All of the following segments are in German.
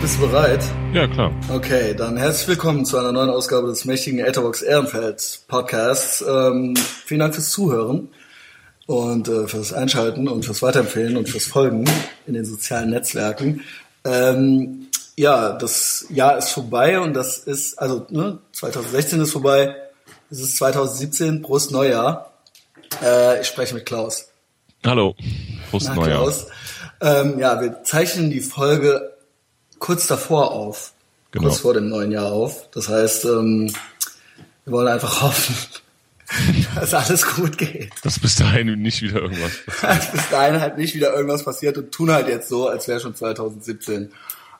Bist du bereit? Ja, klar. Okay, dann herzlich willkommen zu einer neuen Ausgabe des mächtigen Etherbox Ehrenfeld Podcasts. Vielen Dank fürs Zuhören und fürs Einschalten und fürs Weiterempfehlen und fürs Folgen in den sozialen Netzwerken. Ja, das Jahr ist vorbei und das ist, 2016 ist vorbei, es ist 2017, Prost Neujahr. Ich spreche mit Klaus. Hallo, Prost Neujahr. Klaus. Wir zeichnen die Folge kurz davor auf, genau. Kurz vor dem neuen Jahr auf. Das heißt, wir wollen einfach hoffen, dass alles gut geht. Dass bis dahin nicht wieder irgendwas passiert. Dass bis dahin halt nicht wieder irgendwas passiert und tun halt jetzt so, als wäre schon 2017.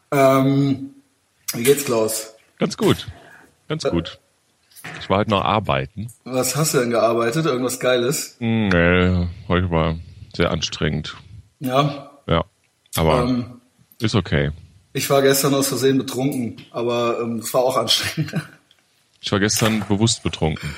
Wie geht's, Klaus? Ganz gut. Ich war halt noch arbeiten. Was hast du denn gearbeitet? Irgendwas Geiles? Nee, heute war sehr anstrengend. Ja. Ja, aber ist okay. Ich war gestern aus Versehen betrunken, aber es war auch anstrengend. Ich war gestern bewusst betrunken.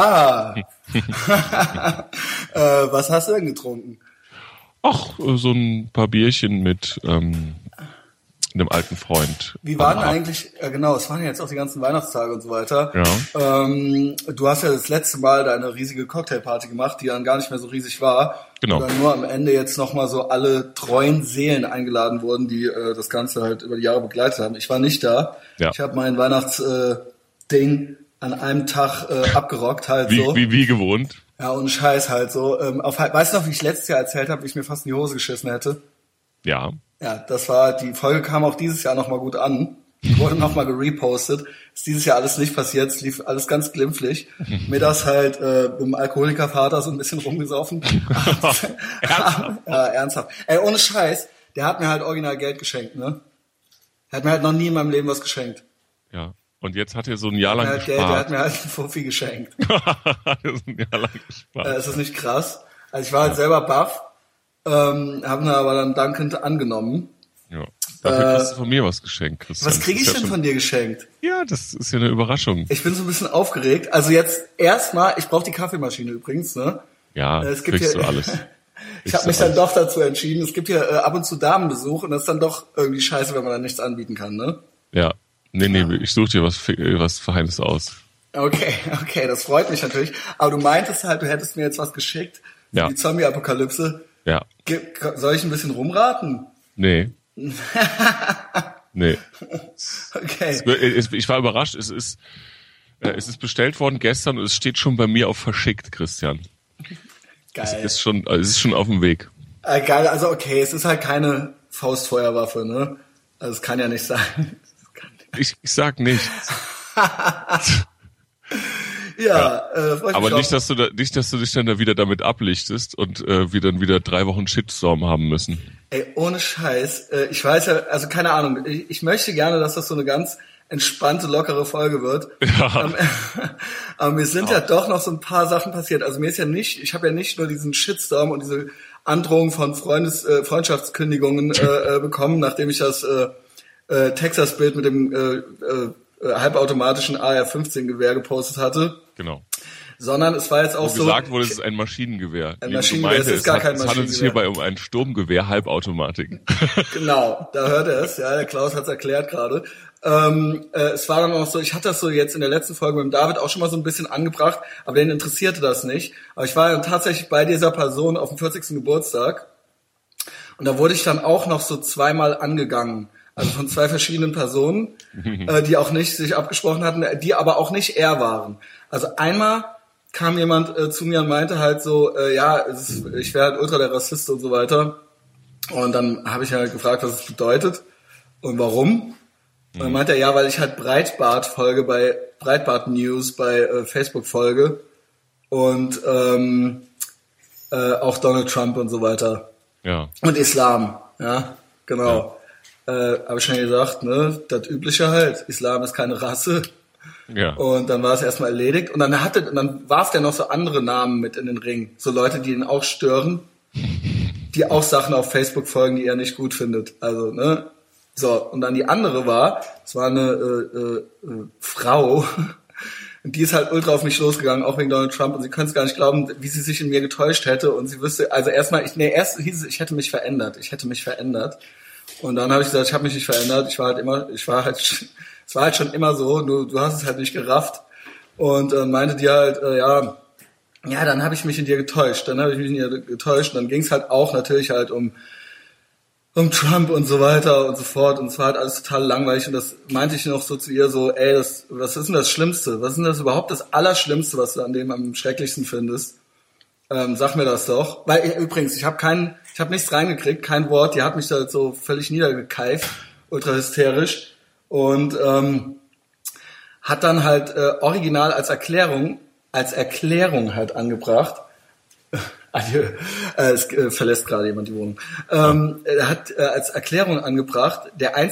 Was hast du denn getrunken? Ach, so ein paar Bierchen mit einem alten Freund. Wie waren eigentlich, genau, es waren ja jetzt auch die ganzen Weihnachtstage und so weiter. Ja. Du hast ja das letzte Mal deine riesige Cocktailparty gemacht, die dann gar nicht mehr so riesig war. Genau. Und dann nur am Ende jetzt nochmal so alle treuen Seelen eingeladen wurden, die das Ganze halt über die Jahre begleitet haben. Ich war nicht da. Ja. Ich habe mein Weihnachtsding an einem Tag abgerockt halt so. Wie gewohnt. Ja, und Scheiß halt so. Weißt du noch, wie ich letztes Jahr erzählt habe, wie ich mir fast in die Hose geschissen hätte? Ja. Ja, die Folge kam auch dieses Jahr nochmal gut an. Wurde nochmal gerepostet. Ist dieses Jahr alles nicht passiert. Es lief alles ganz glimpflich. Mittags halt mit dem Alkoholikervater so ein bisschen rumgesaufen. Ernsthaft? Ja, ernsthaft. Ey, ohne Scheiß, der hat mir halt original Geld geschenkt, ne? Er hat mir halt noch nie in meinem Leben was geschenkt. Ja. Und jetzt hat er so ein Jahr lang gespart. Der hat mir halt einen Fuffi geschenkt. ein Jahr lang gespart. Ist das nicht krass? Also ich war halt selber baff. Haben wir aber dann dankend angenommen. Ja. Dafür kriegst du von mir was geschenkt, Christian. Was kriege ich denn von dir geschenkt? Ja, das ist ja eine Überraschung. Ich bin so ein bisschen aufgeregt. Also jetzt erstmal, ich brauche die Kaffeemaschine übrigens, ne? Ja, es gibt kriegst hier, du alles. Ich habe mich dann doch dazu entschieden. Es gibt hier ab und zu Damenbesuch und das ist dann doch irgendwie scheiße, wenn man dann nichts anbieten kann, ne? Ja. Nee, ich suche dir was Feines aus. Okay, das freut mich natürlich. Aber du meintest halt, du hättest mir jetzt was geschickt für Ja. die Zombie-Apokalypse. Ja. Soll ich ein bisschen rumraten? Nee. Nee. Okay. Ich war überrascht. Es ist bestellt worden gestern und es steht schon bei mir auf verschickt, Christian. Geil. Es ist schon auf dem Weg. Geil, also okay, es ist halt keine Faustfeuerwaffe, ne? Also es kann ja nicht sein. Ich sag nichts. Ja. Aber nicht, dass du dich dann da wieder damit ablichtest und wir dann wieder 3 Wochen Shitstorm haben müssen. Ey, ohne Scheiß. Ich weiß ja, also keine Ahnung, ich möchte gerne, dass das so eine ganz entspannte, lockere Folge wird. Ja. Aber mir sind ja doch noch so ein paar Sachen passiert. Also ich habe ja nicht nur diesen Shitstorm und diese Androhung von Freundschaftskündigungen bekommen, nachdem ich das Texas-Bild mit dem halbautomatischen AR-15-Gewehr gepostet hatte. Genau. Sondern es war jetzt auch so... gesagt wurde, es ist ein Maschinengewehr. Ein Maschinengewehr, es ist gar kein Maschinengewehr. Es handelt sich hierbei um ein Sturmgewehr, Halbautomatik. Genau, da hört er es. Ja, der Klaus hat es erklärt gerade. Es war dann auch so, ich hatte das so jetzt in der letzten Folge mit dem David auch schon mal so ein bisschen angebracht, aber den interessierte das nicht. Aber ich war dann tatsächlich bei dieser Person auf dem 40. Geburtstag und da wurde ich dann auch noch so 2-mal angegangen. Also von 2 verschiedenen Personen, die auch nicht sich abgesprochen hatten, die aber auch nicht er waren. Also einmal kam jemand zu mir und meinte halt so, ich wäre halt ultra der Rassist und so weiter. Und dann habe ich halt gefragt, was es bedeutet und warum. Und dann meinte er, ja, weil ich halt Breitbart folge bei Breitbart News bei Facebook folge und auch Donald Trump und so weiter. Ja. Und Islam, ja, genau. Habe ich schon gesagt, ne, das Übliche halt. Islam ist keine Rasse. Ja. Und dann war es erstmal erledigt. Und dann warf der noch so andere Namen mit in den Ring. So Leute, die ihn auch stören, die auch Sachen auf Facebook folgen, die er nicht gut findet. Also, ne. So, und dann die andere es war eine Frau, und die ist halt ultra auf mich losgegangen, auch wegen Donald Trump. Und sie können es gar nicht glauben, wie sie sich in mir getäuscht hätte. Und sie wüsste, also erst hieß es, ich hätte mich verändert. Und dann habe ich gesagt, ich habe mich nicht verändert. Es war halt schon immer so, nur du hast es halt nicht gerafft. Und meinte die halt, ja, dann habe ich mich in dir getäuscht. Dann ging es halt auch natürlich halt um Trump und so weiter und so fort. Und es war halt alles total langweilig. Und das meinte ich noch so zu ihr so, ey, was ist denn das Schlimmste? Was ist denn das überhaupt das Allerschlimmste, was du an dem am schrecklichsten findest? Sag mir das doch. Weil übrigens, ich habe nichts reingekriegt, kein Wort. Die hat mich da so völlig niedergekeift, ultra hysterisch. Und hat dann halt original als Erklärung halt angebracht. Adieu. Es verlässt gerade jemand die Wohnung. Er hat als Erklärung angebracht,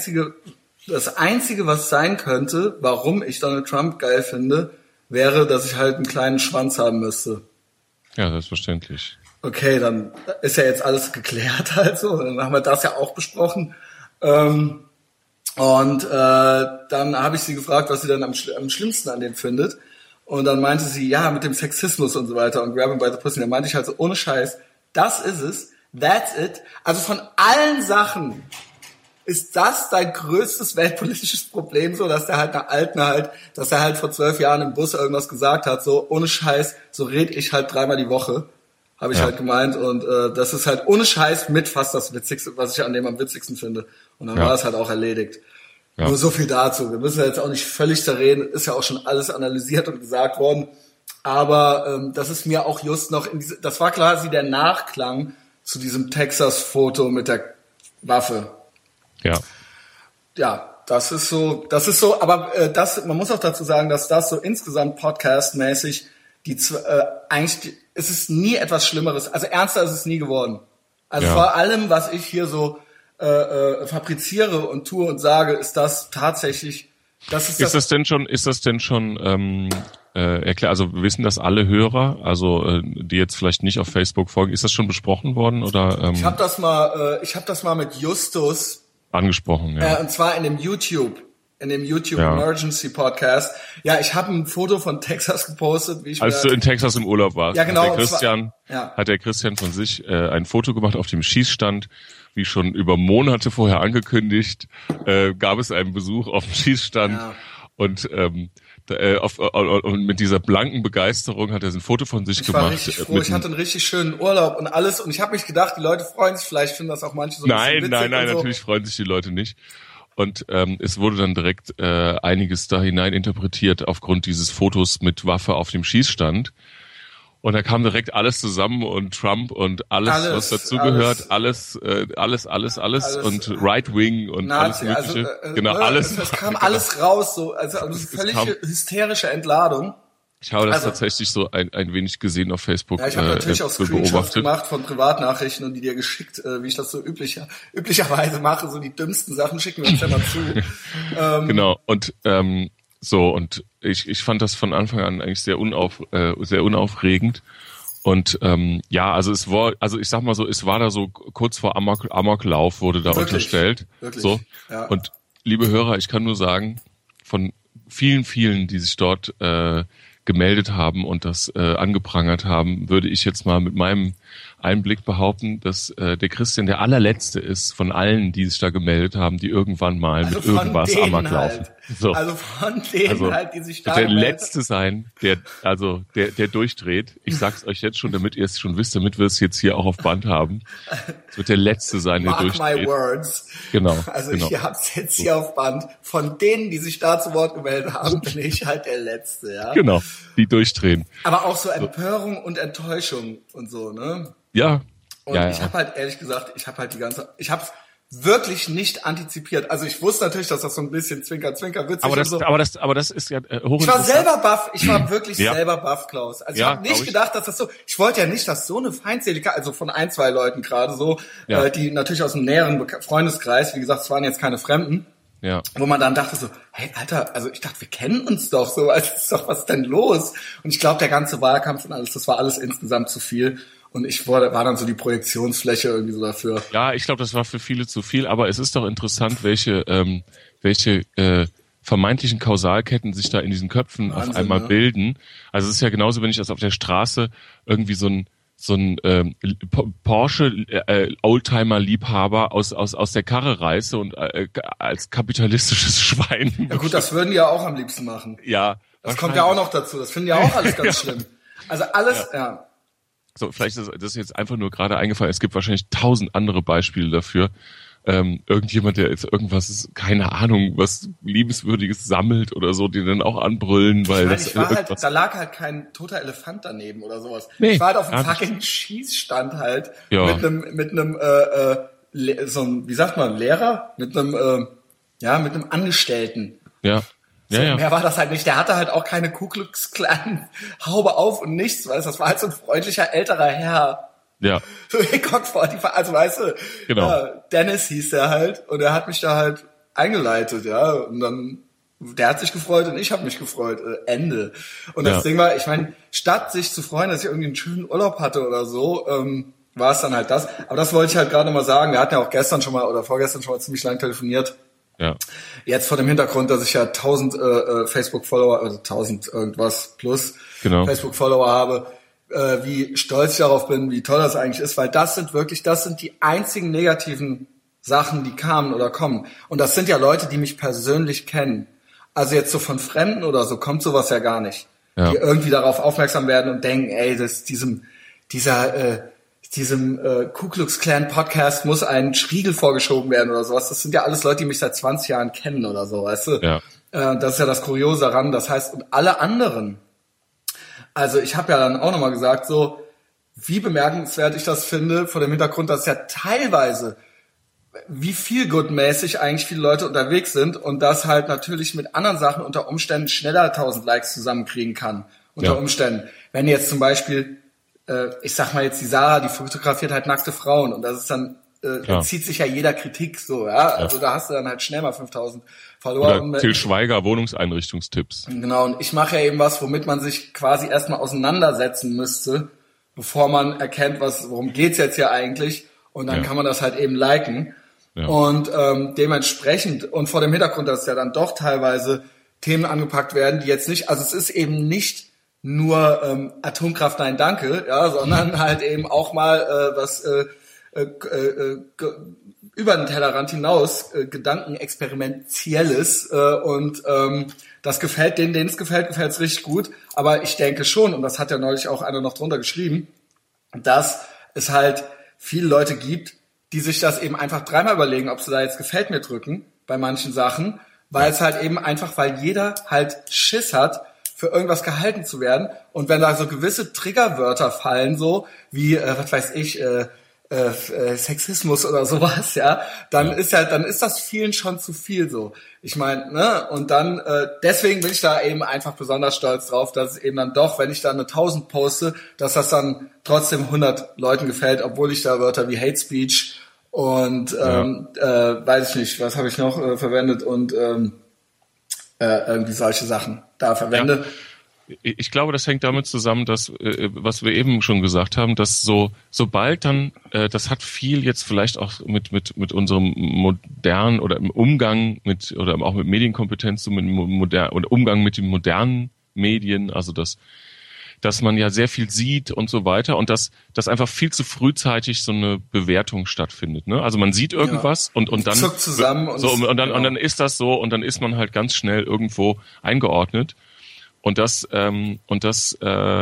das Einzige, was sein könnte, warum ich Donald Trump geil finde, wäre, dass ich halt einen kleinen Schwanz haben müsste. Ja, selbstverständlich. Okay, dann ist ja jetzt alles geklärt also. Dann haben wir das ja auch besprochen. Und dann habe ich sie gefragt, was sie dann am schlimmsten an dem findet. Und dann meinte sie, ja, mit dem Sexismus und so weiter und Grab him by the pussy. Dann meinte ich halt so, ohne Scheiß, das ist es, that's it. Also von allen Sachen ist das dein größtes weltpolitisches Problem, so, dass der halt einer Alten halt, dass er halt vor 12 Jahren im Bus irgendwas gesagt hat, so, ohne Scheiß, so red ich halt 3-mal die Woche, habe ich halt gemeint. Und das ist halt ohne Scheiß mit fast das Witzigste, was ich an dem am witzigsten finde. Und dann war es halt auch erledigt. Ja. Nur so viel dazu. Wir müssen ja jetzt auch nicht völlig zerreden. Ist ja auch schon alles analysiert und gesagt worden. Aber das ist mir auch just noch das war quasi der Nachklang zu diesem Texas-Foto mit der Waffe. Ja. Ja, das ist so, aber man muss auch dazu sagen, dass das so insgesamt podcastmäßig eigentlich ist es nie etwas Schlimmeres. Also ernster ist es nie geworden. Also vor allem, was ich hier so fabriziere und tue und sage, ist das tatsächlich, Ist das denn schon erklärt, also wissen das alle Hörer, also die jetzt vielleicht nicht auf Facebook folgen, ist das schon besprochen worden oder? Ich habe das mal mit Justus angesprochen, ja. Und zwar in dem YouTube Emergency Podcast. Ja, ich habe ein Foto von Texas gepostet, wie ich als du in Texas im Urlaub warst. Ja, genau. Hat der Christian von sich ein Foto gemacht auf dem Schießstand, wie schon über Monate vorher angekündigt, gab es einen Besuch auf dem Schießstand und mit dieser blanken Begeisterung hat er ein Foto von sich gemacht. Ich war richtig froh, ich hatte einen richtig schönen Urlaub und alles und ich habe mich gedacht, die Leute freuen sich, vielleicht finden das auch manche so ein bisschen witzig. Nein, so. Natürlich freuen sich die Leute nicht. Und es wurde dann direkt einiges da hinein interpretiert aufgrund dieses Fotos mit Waffe auf dem Schießstand. Und da kam direkt alles zusammen und Trump und alles was dazugehört, alles und Right Wing und Nazi, alles Mögliche. Alles. Es kam alles raus, so, also eine völlig hysterische Entladung. Ich habe das tatsächlich so ein wenig gesehen auf Facebook. Ja, ich habe natürlich auch Screenshots gemacht von Privatnachrichten und die dir geschickt, wie ich das so üblicherweise mache, so die dümmsten Sachen schicken wir uns ja mal zu. Genau, und und ich fand das von Anfang an eigentlich sehr unaufregend. Und also ich sag mal so, es war da so kurz vor Amoklauf wurde da unterstellt. Wirklich? So. Ja. Und liebe Hörer, ich kann nur sagen, von vielen, vielen, die sich dort gemeldet haben und das angeprangert haben, würde ich jetzt mal mit meinem Einblick behaupten, dass der Christian der allerletzte ist von allen, die sich da gemeldet haben, die irgendwann mal mit irgendwas Amok laufen. Halt. So. Also von denen halt, die sich da der letzte sein, der durchdreht. Ich sag's euch jetzt schon, damit ihr es schon wisst, damit wir es jetzt hier auch auf Band haben. Es wird der letzte sein, der durchdreht. Mark my words. Genau. Also ich hab's jetzt hier auf Band. Von denen, die sich da zu Wort gemeldet haben, bin ich halt der Letzte, ja. Genau, die durchdrehen. Aber auch so Empörung und Enttäuschung und so, ne? Ja. Und ich habe halt ehrlich gesagt, ich habe wirklich nicht antizipiert. Also ich wusste natürlich, dass das so ein bisschen Zwinker-Zwinker witzig ist. Aber das ist ja hochinteressant. Ich war selber baff. Ich war wirklich selber baff, Klaus. Also ich habe nicht gedacht, dass das so... Ich wollte ja nicht, dass so eine Feindseligkeit, also von 1, 2 Leuten gerade so, die natürlich aus einem näheren Freundeskreis, wie gesagt, es waren jetzt keine Fremden, wo man dann dachte so, hey Alter, also ich dachte, wir kennen uns doch so, also was ist denn los? Und ich glaube, der ganze Wahlkampf und alles, das war alles insgesamt zu viel. Und ich war dann so die Projektionsfläche irgendwie so dafür. Ja, ich glaube, das war für viele zu viel, aber es ist doch interessant, welche vermeintlichen Kausalketten sich da in diesen Köpfen Wahnsinn, auf einmal bilden. Also es ist ja genauso, wenn ich das auf der Straße irgendwie so ein Porsche Oldtimer-Liebhaber aus der Karre reiße und als kapitalistisches Schwein. Ja gut, das würden die ja auch am liebsten machen. Ja. Das kommt ja auch noch dazu. Das finden ja auch alles ganz schlimm. Also alles, ja. So, vielleicht ist das jetzt einfach nur gerade eingefallen. Es gibt wahrscheinlich 1000 andere Beispiele dafür. Irgendjemand, der jetzt irgendwas, keine Ahnung, was Liebenswürdiges sammelt oder so, die dann auch anbrüllen, weil da lag halt kein toter Elefant daneben oder sowas. Nee, ich war halt auf einem fucking Schießstand halt mit einem so einem, wie sagt man, Lehrer? Mit einem Angestellten. Ja. So, mehr war das halt nicht. Der hatte halt auch keine Ku Klux Klan Haube auf und nichts, weil das war halt so ein freundlicher älterer Herr. Ja. So, also weißt du, genau. Dennis hieß der halt und er hat mich da halt eingeleitet, ja, und dann, der hat sich gefreut und ich habe mich gefreut, Ende. Und das Ding war, ich meine, statt sich zu freuen, dass ich irgendwie einen schönen Urlaub hatte oder so, war es dann halt das. Aber das wollte ich halt gerade nochmal sagen, wir hatten ja auch gestern schon mal oder vorgestern schon mal ziemlich lang telefoniert. Ja. Jetzt vor dem Hintergrund, dass ich ja 1000 Facebook-Follower, also 1000 irgendwas plus Facebook-Follower habe, wie stolz ich darauf bin, wie toll das eigentlich ist, weil das sind die einzigen negativen Sachen, die kamen oder kommen. Und das sind ja Leute, die mich persönlich kennen. Also jetzt so von Fremden oder so kommt sowas ja gar nicht. Ja. Die irgendwie darauf aufmerksam werden und denken, ey, diesem Ku Klux Klan Podcast muss ein Schriegel vorgeschoben werden oder sowas. Das sind ja alles Leute, die mich seit 20 Jahren kennen oder so, weißt du? Ja. Das ist ja das Kuriose daran. Das heißt, und alle anderen, also ich habe ja dann auch nochmal gesagt, so wie bemerkenswert ich das finde, vor dem Hintergrund, dass ja teilweise wie viel mäßig eigentlich viele Leute unterwegs sind und das halt natürlich mit anderen Sachen unter Umständen schneller 1000 Likes zusammenkriegen kann. Unter Umständen. Wenn jetzt zum Beispiel ich sag mal jetzt die Sarah, die fotografiert halt nackte Frauen und das ist dann, zieht sich ja jeder Kritik so, ja, also da hast du dann halt schnell mal 5000 Follower. Oder Til Schweiger, Wohnungseinrichtungstipps. Genau, und ich mache ja eben was, womit man sich quasi erstmal auseinandersetzen müsste, bevor man erkennt, worum geht's jetzt hier eigentlich und dann kann man das halt eben liken und dementsprechend und vor dem Hintergrund, dass ja dann doch teilweise Themen angepackt werden, die jetzt nicht, also es ist eben nicht nur Atomkraft, nein, danke, ja, sondern halt eben auch mal was über den Tellerrand hinaus, Gedankenexperimentielles und das gefällt denen es gefällt es richtig gut, aber ich denke schon, und das hat ja neulich auch einer noch drunter geschrieben, dass es halt viele Leute gibt, die sich das eben einfach dreimal überlegen, ob sie da jetzt gefällt mir drücken bei manchen Sachen, weil es halt eben einfach, weil jeder halt Schiss hat, für irgendwas gehalten zu werden. Und wenn da so gewisse Triggerwörter fallen, so wie, was weiß ich, Sexismus oder sowas, ja, dann ist das vielen schon zu viel so. Ich meine, ne, und dann, deswegen bin ich da eben einfach besonders stolz drauf, dass es eben dann doch, wenn ich da eine 1000 poste, dass das dann trotzdem 100 Leuten gefällt, obwohl ich da Wörter wie Hate Speech und, weiß ich nicht, was habe ich noch verwendet und, irgendwie solche Sachen da verwende. Ja. Ich glaube, das hängt damit zusammen, dass, was wir eben schon gesagt haben, dass sobald dann, das hat viel jetzt vielleicht auch mit unserem modernen oder im Umgang mit, oder auch mit Medienkompetenz, so oder Umgang mit den modernen Medien, also dass man ja sehr viel sieht und so weiter und dass einfach viel zu frühzeitig so eine Bewertung stattfindet, ne? Also man sieht irgendwas und dann zuckt zusammen und dann ist das so und dann ist man halt ganz schnell irgendwo eingeordnet und das ist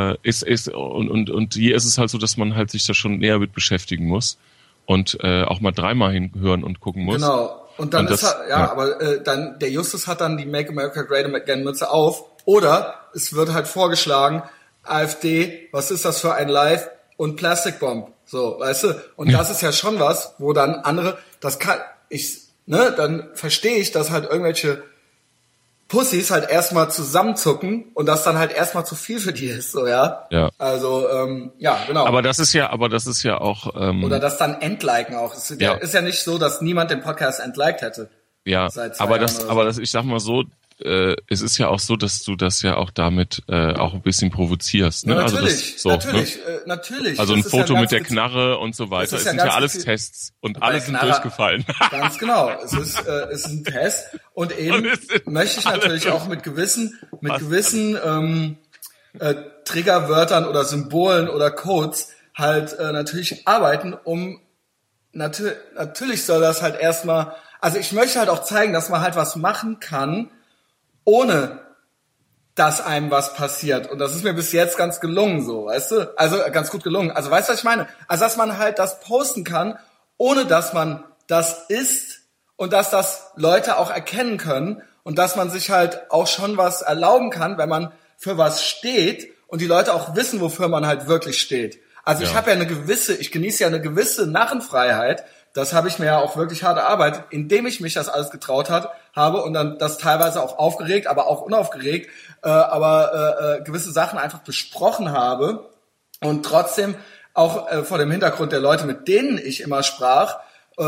hier ist es halt so, dass man halt sich da schon näher mit beschäftigen muss und auch mal dreimal hinhören und gucken muss. Genau. Und dann aber dann der Justus hat dann die Make America Great Again Mütze auf oder es wird halt vorgeschlagen, AfD, was ist das für ein Live und Plastic Bomb, so, weißt du? Und das ist ja schon was, wo dann andere, dann verstehe ich, dass halt irgendwelche Pussys halt erstmal zusammenzucken und das dann halt erstmal zu viel für die ist, so, ja? Ja. Also, genau. Aber das ist ja auch, oder das dann entliken auch. Es ist ja nicht so, dass niemand den Podcast entliked hätte. Ja, aber ich sag mal so, es ist ja auch so, dass du das ja auch damit auch ein bisschen provozierst. Ne? Ja, natürlich, also natürlich. Also ein Foto mit der Knarre und so weiter. Es sind ja alles Tests und alle sind durchgefallen. Ganz genau. Es ist ein Test und eben möchte ich natürlich auch mit gewissen Triggerwörtern oder Symbolen oder Codes halt natürlich arbeiten, um natürlich soll das halt erstmal, also ich möchte halt auch zeigen, dass man halt was machen kann, ohne dass einem was passiert. Und das ist mir bis jetzt ganz gelungen, so, weißt du? Also ganz gut gelungen. Also weißt du, was ich meine? Also dass man halt das posten kann, ohne dass man das ist und dass das Leute auch erkennen können und dass man sich halt auch schon was erlauben kann, wenn man für was steht und die Leute auch wissen, wofür man halt wirklich steht. Also ich habe ja ich genieße ja eine gewisse Narrenfreiheit. Das habe ich mir ja auch wirklich hart erarbeitet, indem ich mich das alles getraut habe und dann das teilweise auch aufgeregt, aber auch unaufgeregt, gewisse Sachen einfach besprochen habe und trotzdem auch vor dem Hintergrund der Leute, mit denen ich immer sprach,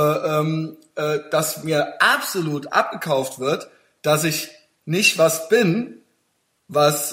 dass mir absolut abgekauft wird, dass ich nicht was bin, was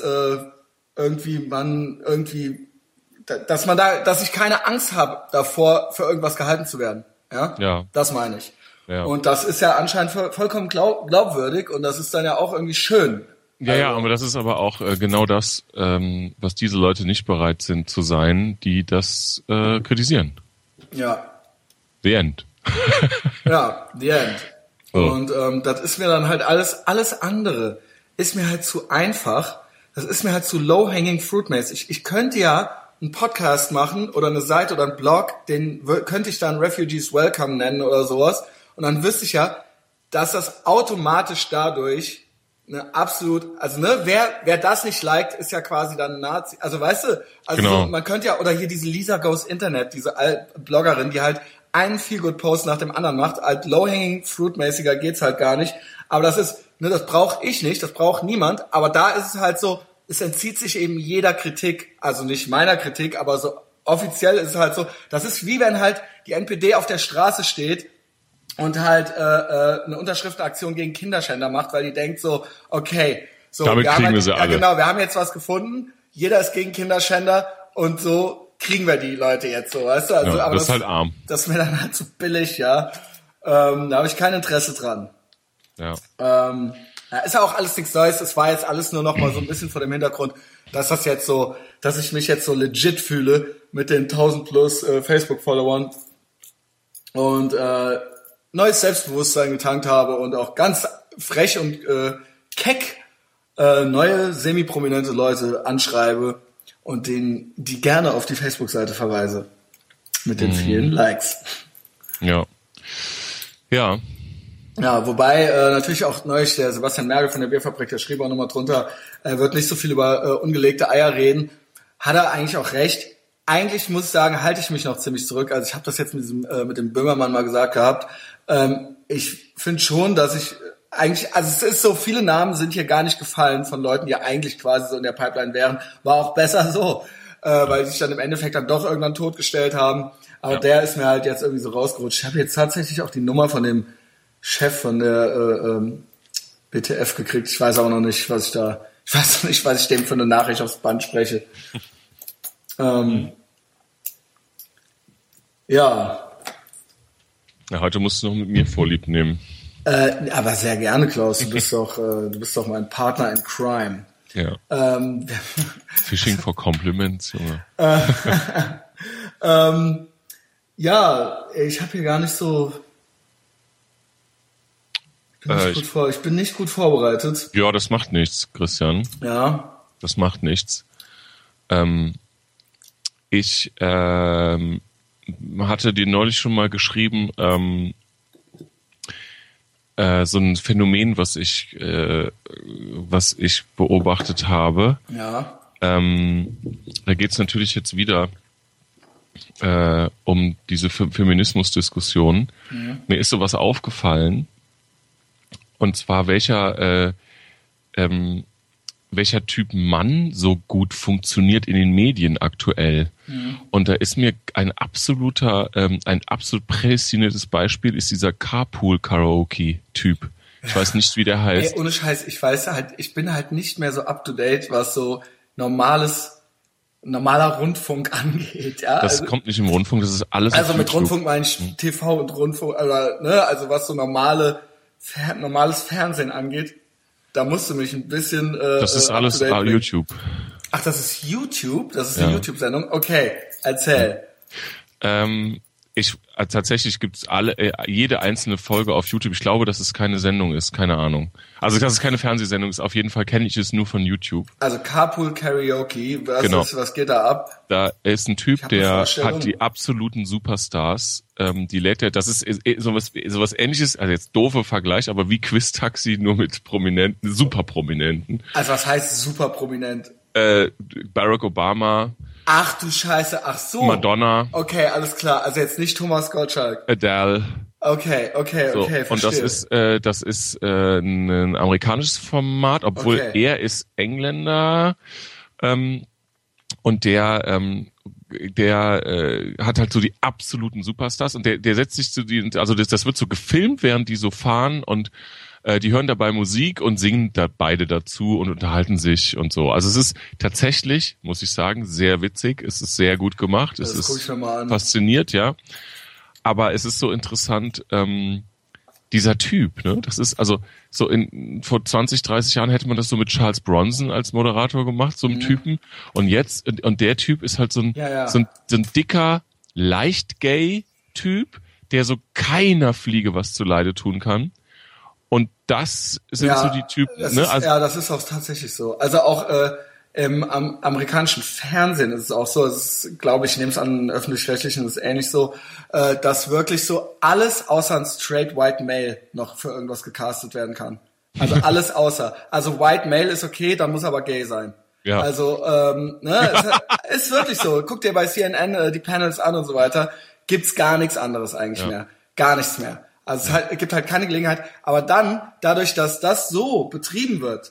dass ich keine Angst habe davor, für irgendwas gehalten zu werden. Ja. Das meine ich. Ja. Und das ist ja anscheinend vollkommen glaubwürdig und das ist dann ja auch irgendwie schön. Ja, aber das ist aber auch genau das, was diese Leute nicht bereit sind zu sein, die das kritisieren. Ja. The End. Ja, the End. Oh. Und das ist mir dann halt alles andere ist mir halt zu einfach. Das ist mir halt zu low-hanging fruit-mäßig. Ich könnte ja einen Podcast machen oder eine Seite oder einen Blog, den könnte ich dann Refugees Welcome nennen oder sowas. Und dann wüsste ich ja, dass das automatisch dadurch eine absolut, also ne, wer das nicht liked, ist ja quasi dann ein Nazi. Also weißt du, also genau. Man könnte ja, oder hier diese Lisa Goes Internet, diese Bloggerin, die halt einen Feel-Good-Post nach dem anderen macht, halt low-hanging fruit-mäßiger geht's halt gar nicht. Aber das ist, ne, das brauche ich nicht, das braucht niemand. Aber da ist es halt so, es entzieht sich eben jeder Kritik, also nicht meiner Kritik, aber so offiziell ist es halt so, das ist wie wenn halt die NPD auf der Straße steht und halt eine Unterschriftenaktion gegen Kinderschänder macht, weil die denkt so, okay, so damit kriegen wir sie alle. Ja, genau, wir haben jetzt was gefunden, jeder ist gegen Kinderschänder und so kriegen wir die Leute jetzt so, weißt du? Also, ja, aber das ist halt arm. Das ist mir dann halt zu billig, ja. Da habe ich kein Interesse dran. Ja. Ist ja auch alles nichts Neues, es war jetzt alles nur noch mal so ein bisschen vor dem Hintergrund, dass ich mich jetzt so legit fühle mit den 1000 plus Facebook-Followern und neues Selbstbewusstsein getankt habe und auch ganz frech und keck neue semi-prominente Leute anschreibe und denen die gerne auf die Facebook-Seite verweise mit den vielen Likes. Ja. Ja. Ja, wobei natürlich auch neulich der Sebastian Merkel von der Bierfabrik, der schrieb auch nochmal drunter, wird nicht so viel über ungelegte Eier reden. Hat er eigentlich auch recht. Eigentlich muss ich sagen, halte ich mich noch ziemlich zurück. Also ich habe das jetzt mit dem Böhmermann mal gesagt gehabt. Ich finde schon, dass ich eigentlich, also es ist so, viele Namen sind hier gar nicht gefallen von Leuten, die eigentlich quasi so in der Pipeline wären. War auch besser so, weil die sich dann im Endeffekt dann doch irgendwann totgestellt haben. Aber der ist mir halt jetzt irgendwie so rausgerutscht. Ich habe jetzt tatsächlich auch die Nummer von dem Chef von der BTF gekriegt. Ich weiß auch noch nicht, was ich dem für eine Nachricht aufs Band spreche. Ja. Heute musst du noch mit mir Vorlieb nehmen. Aber sehr gerne, Klaus. Du bist doch mein Partner in Crime. Ja. Fishing for Compliments, Junge. Ja, ich habe hier gar nicht so. Ich bin nicht gut vorbereitet. Ja, das macht nichts, Christian. Ja. Das macht nichts. Ich hatte dir neulich schon mal geschrieben, so ein Phänomen, was ich beobachtet habe. Ja. Da geht's natürlich jetzt wieder um diese Feminismusdiskussion. Mhm. Mir ist sowas aufgefallen. Und zwar welcher Typ Mann so gut funktioniert in den Medien aktuell. Mhm. Und da ist mir ein absolut prädestiniertes Beispiel ist dieser Carpool-Karaoke-Typ. Ich weiß nicht, wie der heißt. Ey, ohne Scheiß, ich bin halt nicht mehr so up to date, was so normaler Rundfunk angeht. Ja? Das kommt nicht im Rundfunk, das ist alles. Also mit Rundfunk meine ich TV und Rundfunk, also was so normales Fernsehen angeht. Da musst du mich ein bisschen das ist alles YouTube. Ach, das ist YouTube? Das ist eine YouTube-Sendung? Okay, erzähl. Tatsächlich gibt's jede einzelne Folge auf YouTube. Ich glaube, dass es keine Sendung ist, keine Ahnung. Also, dass es keine Fernsehsendung ist. Auf jeden Fall kenne ich es nur von YouTube. Also Carpool Karaoke, Genau. Was geht da ab? Da ist ein Typ, der hat die absoluten Superstars. Die lädt er, das ist sowas Ähnliches, also jetzt doofer Vergleich, aber wie Quiz-Taxi, nur mit Prominenten, super Prominenten. Also was heißt super prominent? Barack Obama. Ach du Scheiße, ach so. Madonna. Okay, alles klar. Also jetzt nicht Thomas Gottschalk. Adele. Okay, verstehe. Und das ist ein amerikanisches Format, obwohl er ist Engländer und der hat halt so die absoluten Superstars und der setzt sich zu die, also das wird so gefilmt, während die so fahren und die hören dabei Musik und singen da beide dazu und unterhalten sich und so. Also es ist tatsächlich, muss ich sagen, sehr witzig. Es ist sehr gut gemacht. Es ist fasziniert, ja. Aber es ist so interessant, dieser Typ, ne? Das ist also so vor 20, 30 Jahren hätte man das so mit Charles Bronson als Moderator gemacht, so einem Typen. Und jetzt, und der Typ ist halt so ein dicker, leicht gay Typ, der so keiner Fliege was zuleide tun kann. Und das sind so die Typen, ne? Das ist auch tatsächlich so. Also auch im amerikanischen Fernsehen ist es auch so, es ist, glaube ich nehme es an, öffentlich-rechtlichen ist es ähnlich so, dass wirklich so alles außer ein straight white male noch für irgendwas gecastet werden kann. Also alles außer. Also white male ist okay, dann muss aber gay sein. Ja. Also ist wirklich so. Guck dir bei CNN die Panels an und so weiter. Gibt's gar nichts anderes eigentlich mehr. Gar nichts mehr. Also es gibt halt keine Gelegenheit. Aber dann, dadurch, dass das so betrieben wird,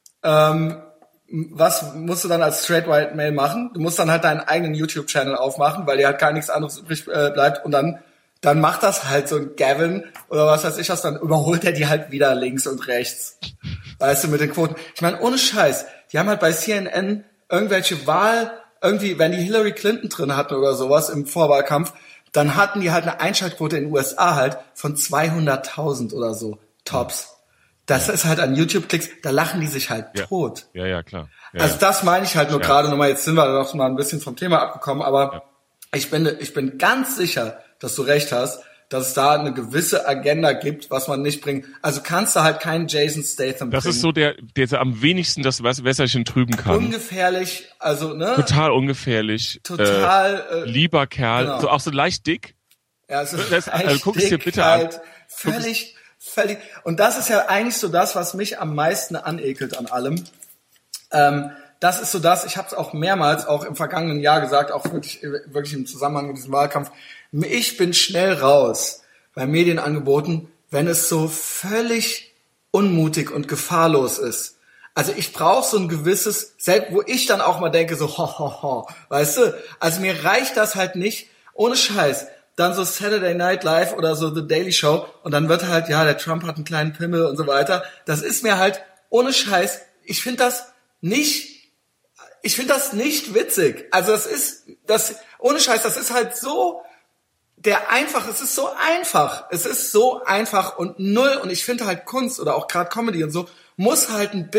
was musst du dann als straight white male machen? Du musst dann halt deinen eigenen YouTube-Channel aufmachen, weil dir halt gar nichts anderes übrig bleibt. Und dann macht das halt so ein Gavin oder was weiß ich was, dann überholt er die halt wieder links und rechts. Weißt du, mit den Quoten. Ich meine, ohne Scheiß, die haben halt bei CNN irgendwelche irgendwie, wenn die Hillary Clinton drin hatten oder sowas im Vorwahlkampf, dann hatten die halt eine Einschaltquote in den USA halt von 200.000 oder so, tops. Das ist halt an YouTube-Klicks, da lachen die sich halt tot. Ja, klar. Ja, also das meine ich halt nur gerade nochmal, jetzt sind wir doch mal ein bisschen vom Thema abgekommen, aber ich bin ganz sicher, dass du recht hast, dass es da eine gewisse Agenda gibt, was man nicht bringt. Also kannst du halt keinen Jason Statham bringen. Das ist so der am wenigsten das Wässerchen trüben kann. Ungefährlich, also ne? Total ungefährlich. Total lieber Kerl, genau. So auch so leicht dick. Ja, so guck es dir bitte halt, an. Völlig. Und das ist ja eigentlich so das, was mich am meisten anekelt an allem. Das ist so das, ich habe es auch mehrmals, auch im vergangenen Jahr gesagt, auch wirklich im Zusammenhang mit diesem Wahlkampf, ich bin schnell raus bei Medienangeboten, wenn es so völlig unmutig und gefahrlos ist. Also ich brauche so ein gewisses, wo ich dann auch mal denke, so weißt du? Also mir reicht das halt nicht, ohne Scheiß, dann so Saturday Night Live oder so The Daily Show und dann wird halt, der Trump hat einen kleinen Pimmel und so weiter. Das ist mir halt, ohne Scheiß, ich finde das nicht witzig. Also ohne Scheiß, das ist halt so, es ist so einfach und null und ich finde halt Kunst oder auch gerade Comedy und so, muss halt einen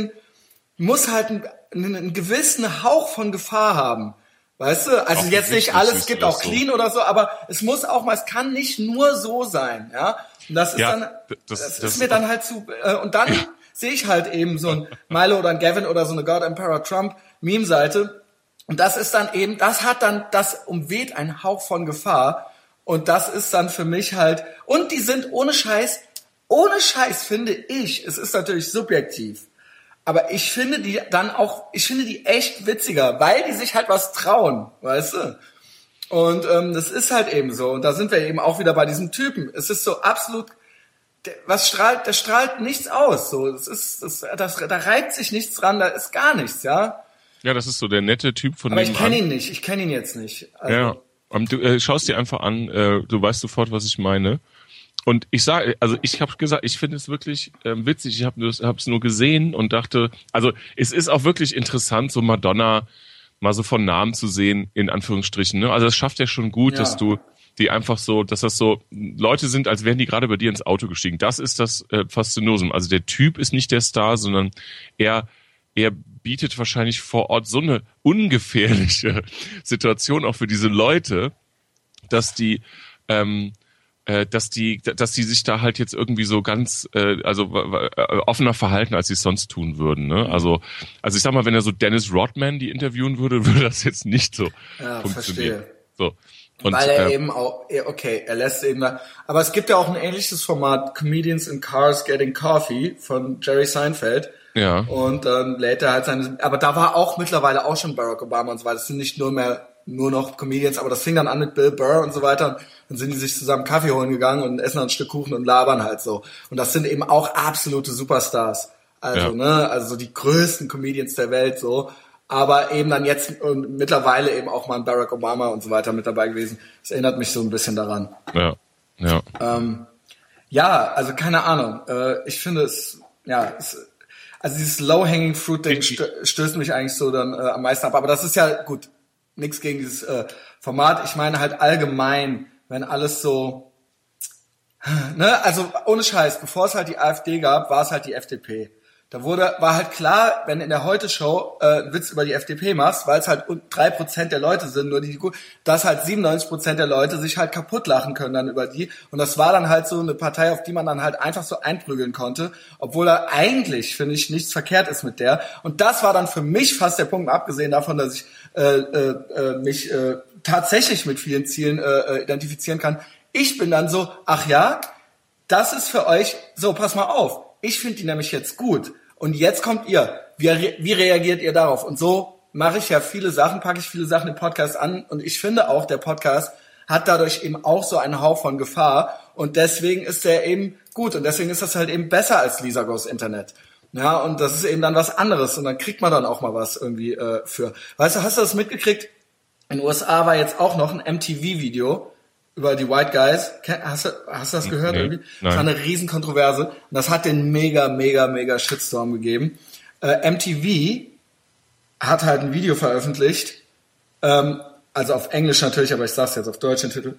gewissen Hauch von Gefahr haben. Weißt du? Also auch jetzt nicht alles, es gibt auch clean oder so, aber es muss auch mal, es kann nicht nur so sein, ja? Und das ist das ist mir dann halt zu, und dann sehe ich halt eben so ein Milo oder ein Gavin oder so eine God Emperor Trump Meme-Seite und das ist dann eben, das umweht einen Hauch von Gefahr und das ist dann für mich halt, und die sind ohne Scheiß finde ich, es ist natürlich subjektiv, aber ich finde die echt witziger, weil die sich halt was trauen, weißt du? Und das ist halt eben so. Und da sind wir eben auch wieder bei diesem Typen. Es ist so absolut, der strahlt nichts aus. So, da reibt sich nichts dran, da ist gar nichts, ja. Ja, das ist so der nette Typ von aber ich kenne ihn nicht, ich kenne ihn jetzt nicht. Also, ja, du schaust dir einfach an, du weißt sofort, was ich meine. Und ich habe gesagt, ich finde es wirklich witzig. Ich habe es nur gesehen und dachte, also es ist auch wirklich interessant, so Madonna mal so von Namen zu sehen, in Anführungsstrichen. Ne? Also das schafft ja schon gut, dass du die einfach so, dass das so Leute sind, als wären die gerade bei dir ins Auto gestiegen. Das ist das Faszinosum. Also der Typ ist nicht der Star, sondern er er bietet wahrscheinlich vor Ort so eine ungefährliche Situation auch für diese Leute, dass die sich da halt jetzt irgendwie so ganz offener verhalten, als sie es sonst tun würden. Ne? Also ich sag mal, wenn er so Dennis Rodman die interviewen würde das jetzt nicht so funktionieren. Verstehe. So. Und, weil er eben auch, okay, er lässt eben da, aber es gibt ja auch ein ähnliches Format, Comedians in Cars Getting Coffee von Jerry Seinfeld. Ja. Und dann lädt er halt aber da war auch mittlerweile auch schon Barack Obama und so weiter. Das sind nicht nur noch Comedians, aber das fing dann an mit Bill Burr und so weiter. Dann sind die sich zusammen Kaffee holen gegangen und essen dann ein Stück Kuchen und labern halt so. Und das sind eben auch absolute Superstars. Also, also die größten Comedians der Welt so. Aber eben dann jetzt und mittlerweile eben auch mal ein Barack Obama und so weiter mit dabei gewesen. Das erinnert mich so ein bisschen daran. Ja, also keine Ahnung. Ich finde also dieses Low-Hanging Fruit-Ding stößt mich eigentlich so dann am meisten ab. Aber das ist ja gut, nichts gegen dieses Format. Ich meine halt allgemein, wenn alles so, ne, also ohne Scheiß, bevor es halt die AfD gab, war es halt die FDP. War halt klar, wenn in der Heute-Show einen Witz über die FDP machst, weil es halt 3% der Leute sind, dass halt 97% der Leute sich halt kaputt lachen können dann über die. Und das war dann halt so eine Partei, auf die man dann halt einfach so einprügeln konnte, obwohl da eigentlich, finde ich, nichts verkehrt ist mit der. Und das war dann für mich fast der Punkt, abgesehen davon, dass ich mich tatsächlich mit vielen Zielen identifizieren kann. Ich bin dann so, ach ja, das ist für euch, so pass mal auf. Ich finde die nämlich jetzt gut. Und jetzt kommt ihr. Wie reagiert ihr darauf? Und so packe ich viele Sachen im Podcast an. Und ich finde auch, der Podcast hat dadurch eben auch so einen Hauch von Gefahr. Und deswegen ist der eben gut. Und deswegen ist das halt eben besser als Lisa Goes Internet. Ja, und das ist eben dann was anderes. Und dann kriegt man dann auch mal was irgendwie für. Weißt du, hast du das mitgekriegt? In den USA war jetzt auch noch ein MTV-Video über die White Guys. Hast du das gehört? Nee, irgendwie? Das war eine riesen Kontroverse. Und das hat den mega Shitstorm gegeben. MTV hat halt ein Video veröffentlicht, also auf Englisch natürlich, aber ich sag's jetzt auf Deutsch den Titel.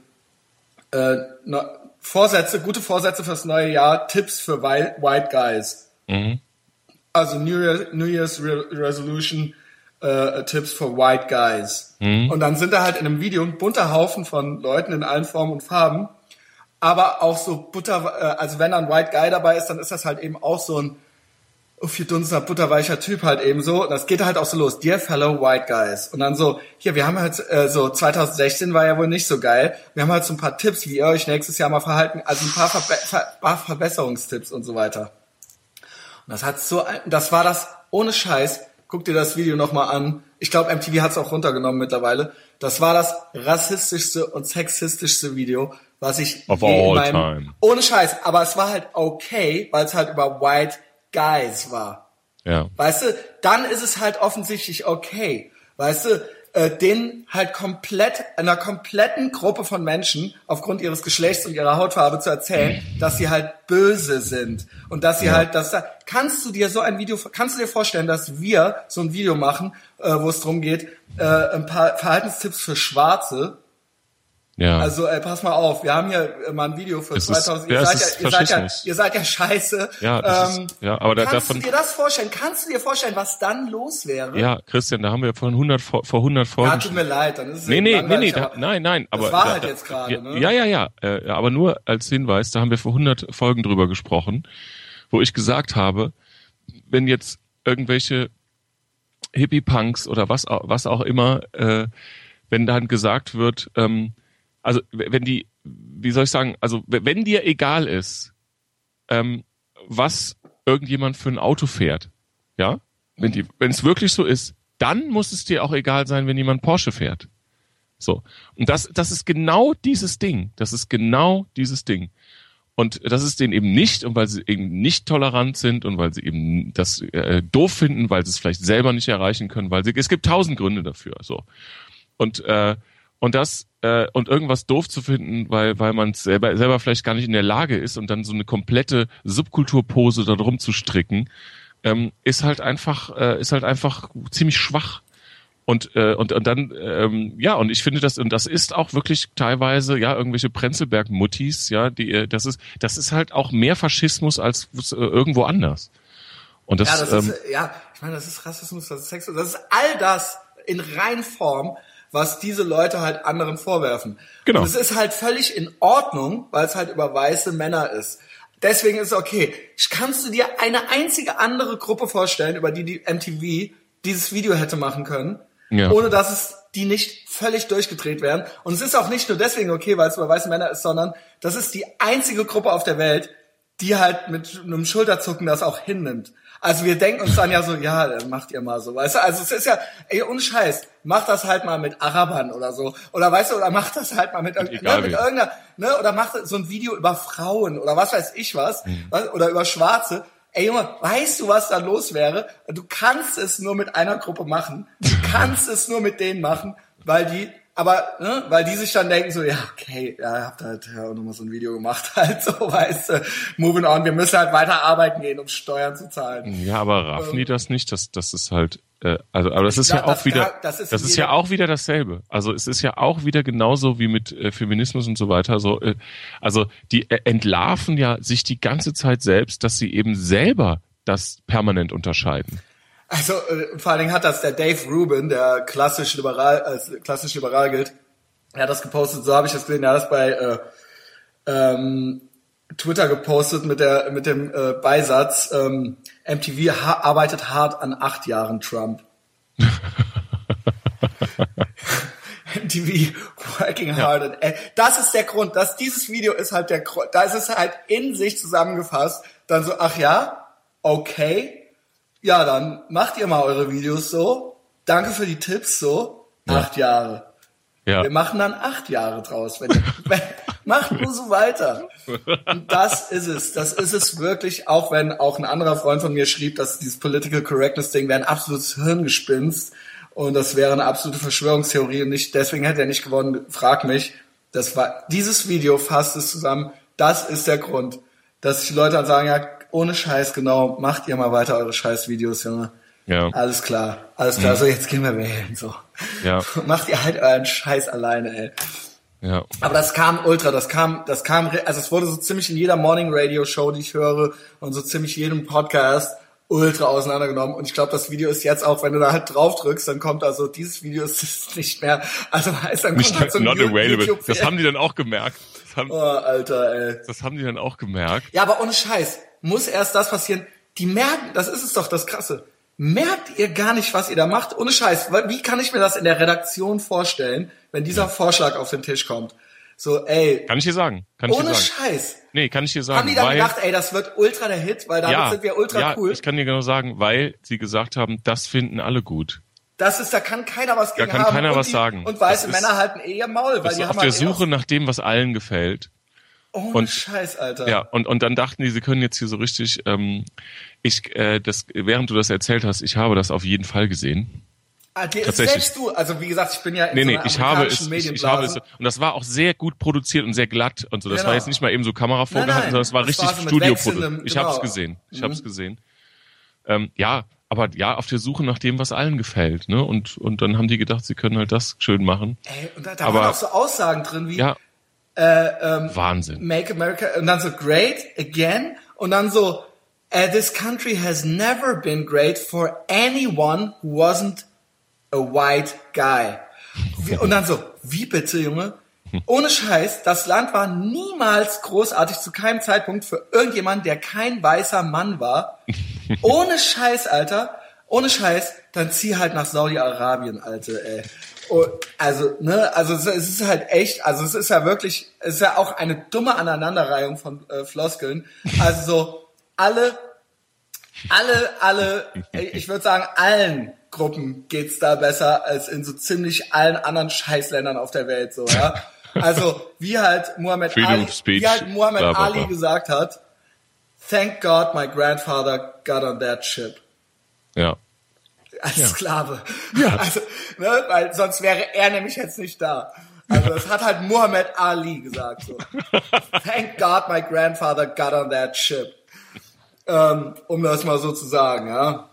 Gute Vorsätze fürs neue Jahr, Tipps für White Guys. Mhm. Also New Year's Resolution, Tipps for White Guys. Mhm. Und dann sind da halt in einem Video ein bunter Haufen von Leuten in allen Formen und Farben, aber auch so also wenn da ein White Guy dabei ist, dann ist das halt eben auch so ein viertunster butterweicher Typ halt eben so. Und das geht halt auch so los. Dear fellow White Guys. Und dann so, hier, wir haben halt so 2016 war ja wohl nicht so geil. Wir haben halt so ein paar Tipps, wie ihr euch nächstes Jahr mal verhalten, also ein paar Verbesserungstipps und so weiter. Und das war das ohne Scheiß. Guck dir das Video nochmal an. Ich glaube, MTV hat es auch runtergenommen mittlerweile. Das war das rassistischste und sexistischste Video, was ich ohne Scheiß. Aber es war halt okay, weil es halt über White Guys war. Ja. Weißt du, dann ist es halt offensichtlich okay. Weißt du, denen halt einer kompletten Gruppe von Menschen aufgrund ihres Geschlechts und ihrer Hautfarbe zu erzählen, dass sie halt böse sind und dass sie kannst du dir vorstellen, dass wir so ein Video machen, wo es darum geht, ein paar Verhaltenstipps für Schwarze. Ja. Also pass mal auf, wir haben hier mal ein Video für 2000. Ihr seid ja scheiße. Ja, aber kannst du dir das vorstellen? Kannst du dir vorstellen, was dann los wäre? Ja, Christian, da haben wir vor 100 Folgen. Ja, tut mir leid, dann ist es Nee, nein, aber das war halt jetzt gerade, ne? Ja, aber nur als Hinweis, da haben wir vor 100 Folgen drüber gesprochen, wo ich gesagt habe, wenn jetzt irgendwelche Hippie-Punks oder was auch immer, wenn dann gesagt wird, also wenn dir egal ist, was irgendjemand für ein Auto fährt, ja, wenn es wirklich so ist, dann muss es dir auch egal sein, wenn jemand Porsche fährt. So. Und das ist genau dieses Ding. Und das ist denen eben nicht, und weil sie eben nicht tolerant sind und weil sie eben das doof finden, weil sie es vielleicht selber nicht erreichen können, es gibt 1000 Gründe dafür, so. Und irgendwas doof zu finden, weil man selber vielleicht gar nicht in der Lage ist und dann so eine komplette Subkulturpose da drum zu stricken, ist halt einfach ziemlich schwach. Und ich finde das ist auch wirklich teilweise, ja, irgendwelche Prenzlberg-Muttis, ja, das ist halt auch mehr Faschismus als irgendwo anders. Und das, ich meine, das ist Rassismus, das ist Sexismus, das ist all das in Reinform, was diese Leute halt anderen vorwerfen. Genau. Und es ist halt völlig in Ordnung, weil es halt über weiße Männer ist. Deswegen ist es okay. Kannst du dir eine einzige andere Gruppe vorstellen, über die MTV dieses Video hätte machen können, ohne dass die nicht völlig durchgedreht wären? Und es ist auch nicht nur deswegen okay, weil es über weiße Männer ist, sondern das ist die einzige Gruppe auf der Welt, die halt mit einem Schulterzucken das auch hinnimmt. Also wir denken uns dann ja so, ja, dann macht ihr mal so, weißt du? Also es ist ja, ohne Scheiß, mach das halt mal mit Arabern oder so. Oder weißt du, oder mach das halt mal mit irgendeiner, oder mach so ein Video über Frauen oder was weiß ich was, oder über Schwarze. Ey Junge, weißt du, was da los wäre? Du kannst es nur mit einer Gruppe machen. Du kannst es nur mit denen machen, weil die sich dann denken so, ja, okay, ja, habt halt auch nochmal so ein Video gemacht, halt so, weißt du, moving on, wir müssen halt weiter arbeiten gehen, um Steuern zu zahlen. Ja, aber raffen die das nicht? Das ist halt, aber das ist das ist ja auch wieder dasselbe. Also es ist ja auch wieder genauso wie mit Feminismus und so weiter. So, also die entlarven ja sich die ganze Zeit selbst, dass sie eben selber das permanent unterscheiden. Also vor allen Dingen hat das der Dave Rubin, der klassisch liberal gilt, er hat das gepostet, so habe ich das gesehen, er hat das bei Twitter gepostet mit dem Beisatz, MTV arbeitet hart an 8 Jahren Trump. MTV working hard. Das ist der Grund, dass dieses Video ist halt der Grund, da ist es halt in sich zusammengefasst, dann so, ach ja, okay, ja, dann macht ihr mal eure Videos so. Danke für die Tipps so. 8 Jahre. Ja. Wir machen dann 8 Jahre draus. Macht nur so weiter. Und das ist es. Das ist es wirklich, auch wenn auch ein anderer Freund von mir schrieb, dass dieses Political Correctness Ding wäre ein absolutes Hirngespinst und das wäre eine absolute Verschwörungstheorie und nicht, deswegen hätte er nicht gewonnen. Frag mich. Dieses Video fasst es zusammen. Das ist der Grund, dass die Leute dann sagen, ja, ohne Scheiß, genau, macht ihr mal weiter eure Scheiß-Videos, Junge. Ja. Alles klar. So jetzt gehen wir wählen, so. Ja. Macht ihr halt euren Scheiß alleine, ey. Ja. Aber das kam, also es wurde so ziemlich in jeder Morning-Radio-Show, die ich höre, und so ziemlich jedem Podcast ultra auseinandergenommen. Und ich glaube, das Video ist jetzt auch, wenn du da halt drauf drückst, dann kommt da so, dieses Video ist nicht mehr, also heißt dann nicht, kommt halt so ein not available. Das haben die dann auch gemerkt. Alter, ey. Das haben die dann auch gemerkt. Ja, aber ohne Scheiß. Muss erst das passieren. Die merken, das ist es doch, das Krasse. Merkt ihr gar nicht, was ihr da macht? Ohne Scheiß. Wie kann ich mir das in der Redaktion vorstellen, wenn dieser Vorschlag auf den Tisch kommt? So, ey. Kann ich dir sagen. Ohne Scheiß. Nee, kann ich dir sagen. Haben die dann gedacht, ey, das wird ultra der Hit, weil damit sind wir ultra cool? Ja, ich kann dir genau sagen, weil sie gesagt haben, das finden alle gut. Da kann keiner was gegen haben. Da kann keiner was sagen. Und weiße Männer halten ihr Maul, weil die haben auf der Suche nach dem, was allen gefällt. Ohne Scheiß, Alter. Ja, und dann dachten die, sie können jetzt hier so richtig, während du das erzählt hast, ich habe das auf jeden Fall gesehen. Selbst du, also wie gesagt, ich bin ja in so einer amerikanischen Medienblase. Und das war auch sehr gut produziert und sehr glatt und so. Das war jetzt nicht mal eben so Kamera vorgehalten, sondern es war richtig Studio produziert. Ich habe es gesehen. Aber auf der Suche nach dem, was allen gefällt, ne? Und dann haben die gedacht, sie können halt das schön machen. Ey, und da waren auch so Aussagen drin wie Wahnsinn. Make America, und dann so great again, und dann so this country has never been great for anyone who wasn't a white guy. Und dann so, wie bitte, Junge? Ohne Scheiß, das Land war niemals großartig, zu keinem Zeitpunkt für irgendjemanden, der kein weißer Mann war. Ohne Scheiß, Alter. Ohne Scheiß, dann zieh halt nach Saudi-Arabien, Alter, ey. Also es ist halt echt, also es ist ja wirklich, es ist ja auch eine dumme Aneinanderreihung von Floskeln. Also so, alle, ich würde sagen, allen Gruppen geht's da besser als in so ziemlich allen anderen Scheißländern auf der Welt, so, ja. Also, wie halt Muhammad Ali gesagt hat, thank God my grandfather got on that ship. Ja. Als Sklave. Ja. Also, weil sonst wäre er nämlich jetzt nicht da. Also, das hat halt Muhammad Ali gesagt, so. Thank God my grandfather got on that ship. Um das mal so zu sagen, ja.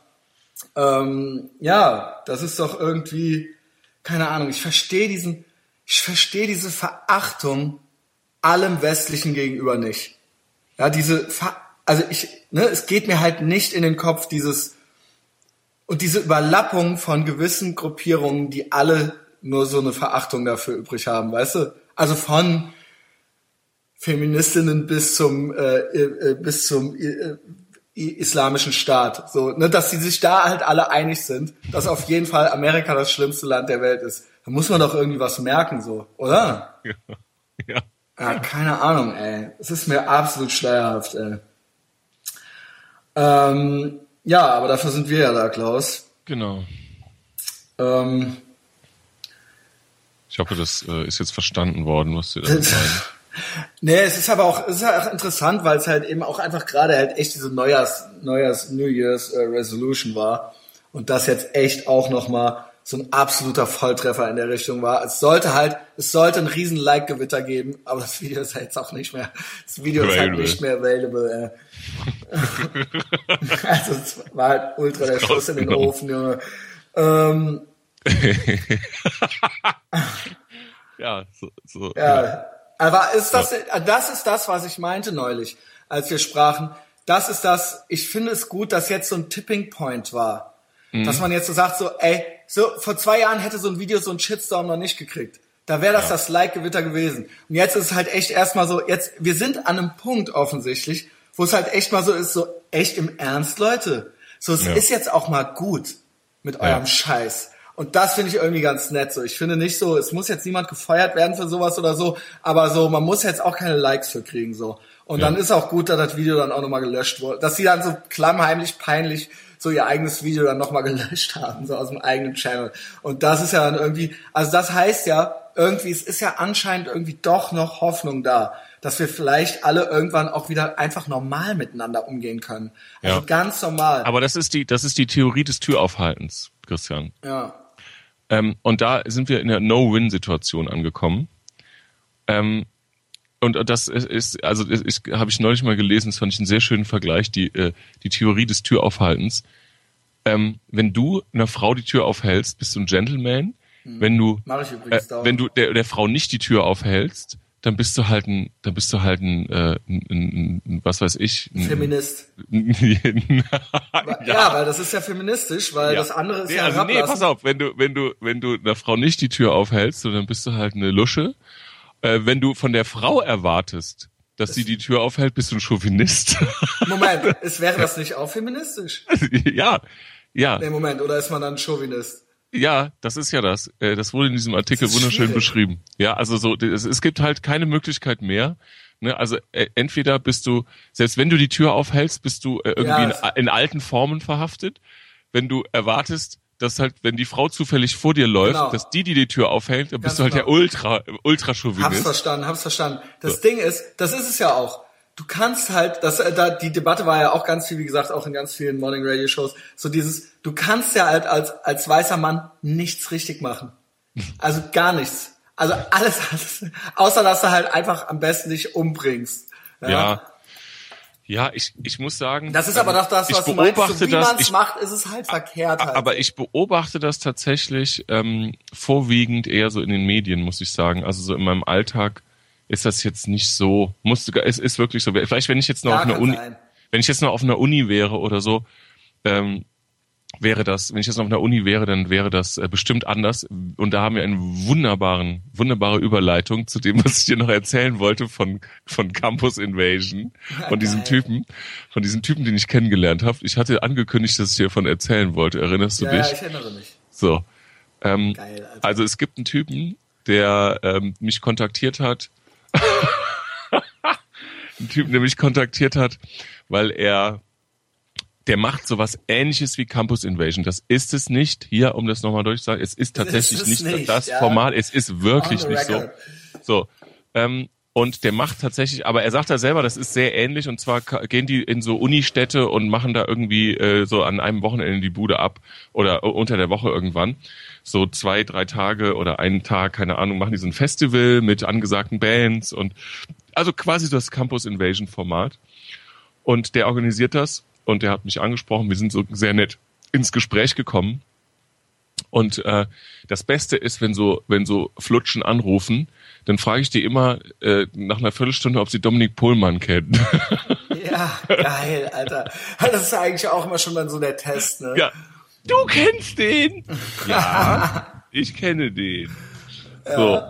Das ist doch irgendwie, keine Ahnung, ich verstehe diese Verachtung allem Westlichen gegenüber nicht. Ja, also es geht mir halt nicht in den Kopf, diese Überlappung von gewissen Gruppierungen, die alle nur so eine Verachtung dafür übrig haben, weißt du? Also von Feministinnen bis zum islamischen Staat, so, ne, dass sie sich da halt alle einig sind, dass auf jeden Fall Amerika das schlimmste Land der Welt ist. Da muss man doch irgendwie was merken, so, oder? Ja. Ja, keine Ahnung, ey. Es ist mir absolut schleierhaft, ey. Ja, aber dafür sind wir ja da, Klaus. Genau. Ich hoffe, das ist jetzt verstanden worden, was du da meinst. Nee, es ist auch interessant, weil es halt eben auch einfach gerade halt echt diese New Year's Resolution war und das jetzt echt auch nochmal so ein absoluter Volltreffer in der Richtung war. Es sollte ein riesen Like-Gewitter geben, aber das Video ist halt jetzt auch nicht mehr, ist halt nicht mehr available, Also es war halt ultra der Schuss in den Ofen, Junge. Ja, so. Ja. Aber das ist das, was ich meinte neulich, als wir sprachen. Das ist das, ich finde es gut, dass jetzt so ein Tipping Point war. Dass man jetzt so sagt, vor 2 Jahren hätte so ein Video so einen Shitstorm noch nicht gekriegt. Da wäre das Like-Gewitter gewesen. Und jetzt ist es halt echt erstmal so, wir sind an einem Punkt offensichtlich, wo es halt echt mal so ist, so echt im Ernst, Leute. So, es ist jetzt auch mal gut mit eurem Scheiß. Und das finde ich irgendwie ganz nett. So, ich finde nicht so, es muss jetzt niemand gefeuert werden für sowas oder so, aber so, man muss jetzt auch keine Likes für kriegen, so. Und dann ist auch gut, dass das Video dann auch nochmal gelöscht wurde. Dass sie dann so klammheimlich, peinlich so ihr eigenes Video dann nochmal gelöscht haben, so aus dem eigenen Channel. Und das ist ja dann irgendwie, also das heißt ja, irgendwie, es ist ja anscheinend irgendwie doch noch Hoffnung da, dass wir vielleicht alle irgendwann auch wieder einfach normal miteinander umgehen können. Also ganz normal. Aber das ist die Theorie des Türaufhaltens, Christian. Ja. Und da sind wir in einer No-Win-Situation angekommen. Und das habe ich neulich mal gelesen, das fand ich einen sehr schönen Vergleich, die Theorie des Türaufhaltens. Wenn du einer Frau die Tür aufhältst, bist du ein Gentleman. Wenn du der Frau nicht die Tür aufhältst, dann bist du halt ein was weiß ich. Feminist. Ja, weil das ist ja feministisch, weil das andere ist pass auf, wenn du einer Frau nicht die Tür aufhältst, dann bist du halt eine Lusche. Wenn du von der Frau erwartest, dass sie die Tür aufhält, bist du ein Chauvinist. Moment, wäre das nicht auch feministisch? Ja. Nee, Moment, oder ist man dann Chauvinist? Ja, das ist ja das. Das wurde in diesem Artikel wunderschön beschrieben. Ja, also so, es gibt halt keine Möglichkeit mehr. Ne? Also entweder bist du, selbst wenn du die Tür aufhältst, bist du irgendwie in alten Formen verhaftet. Wenn du erwartest, dass halt, wenn die Frau zufällig vor dir läuft, dass die Tür aufhält, dann bist du halt der Ultra-Chauvinist. Hab's verstanden. Das Ding ist, das ist es ja auch. Du kannst halt, die Debatte war ja auch ganz viel, wie gesagt, auch in ganz vielen Morning Radio Shows, so du kannst ja halt als weißer Mann nichts richtig machen. Also gar nichts. Also alles, außer dass du halt einfach am besten dich umbringst. Ja, ich muss sagen. Das ist aber doch das, was du meinst. So wie man es macht, ist es halt verkehrt. Halt. Aber ich beobachte das tatsächlich vorwiegend eher so in den Medien, muss ich sagen. Also so in meinem Alltag ist das jetzt nicht so. Es ist wirklich so. Vielleicht wenn ich jetzt noch auf einer Uni wäre oder so, wenn ich jetzt noch auf einer Uni wäre, dann wäre das bestimmt anders. Und da haben wir eine wunderbare Überleitung zu dem, was ich dir noch erzählen wollte von Campus Invasion, von diesem Typen, den ich kennengelernt habe. Ich hatte angekündigt, dass ich dir davon erzählen wollte. Erinnerst du dich? Ja, ich erinnere mich. So. Geil, Alter. Also es gibt einen Typen, der mich kontaktiert hat. Weil der macht sowas Ähnliches wie Campus Invasion. Das ist es nicht. Hier, um das nochmal durchzusagen, es ist tatsächlich nicht das Format. Es ist wirklich nicht so. So. Und der macht tatsächlich, aber er sagt ja selber, das ist sehr ähnlich. Und zwar gehen die in so Unistädte und machen da irgendwie so an einem Wochenende die Bude ab oder unter der Woche irgendwann. So 2-3 Tage oder einen Tag, keine Ahnung, machen die so ein Festival mit angesagten Bands und also quasi das Campus Invasion Format. Und der organisiert das. Und der hat mich angesprochen, wir sind so sehr nett ins Gespräch gekommen. Und das Beste ist, wenn so Flutschen anrufen, dann frage ich die immer nach einer Viertelstunde, ob sie Dominik Pohlmann kennen. Ja, geil, Alter. Das ist eigentlich auch immer schon dann so der Test, ne? Ja. Du kennst den? Ja, ich kenne den. Ja.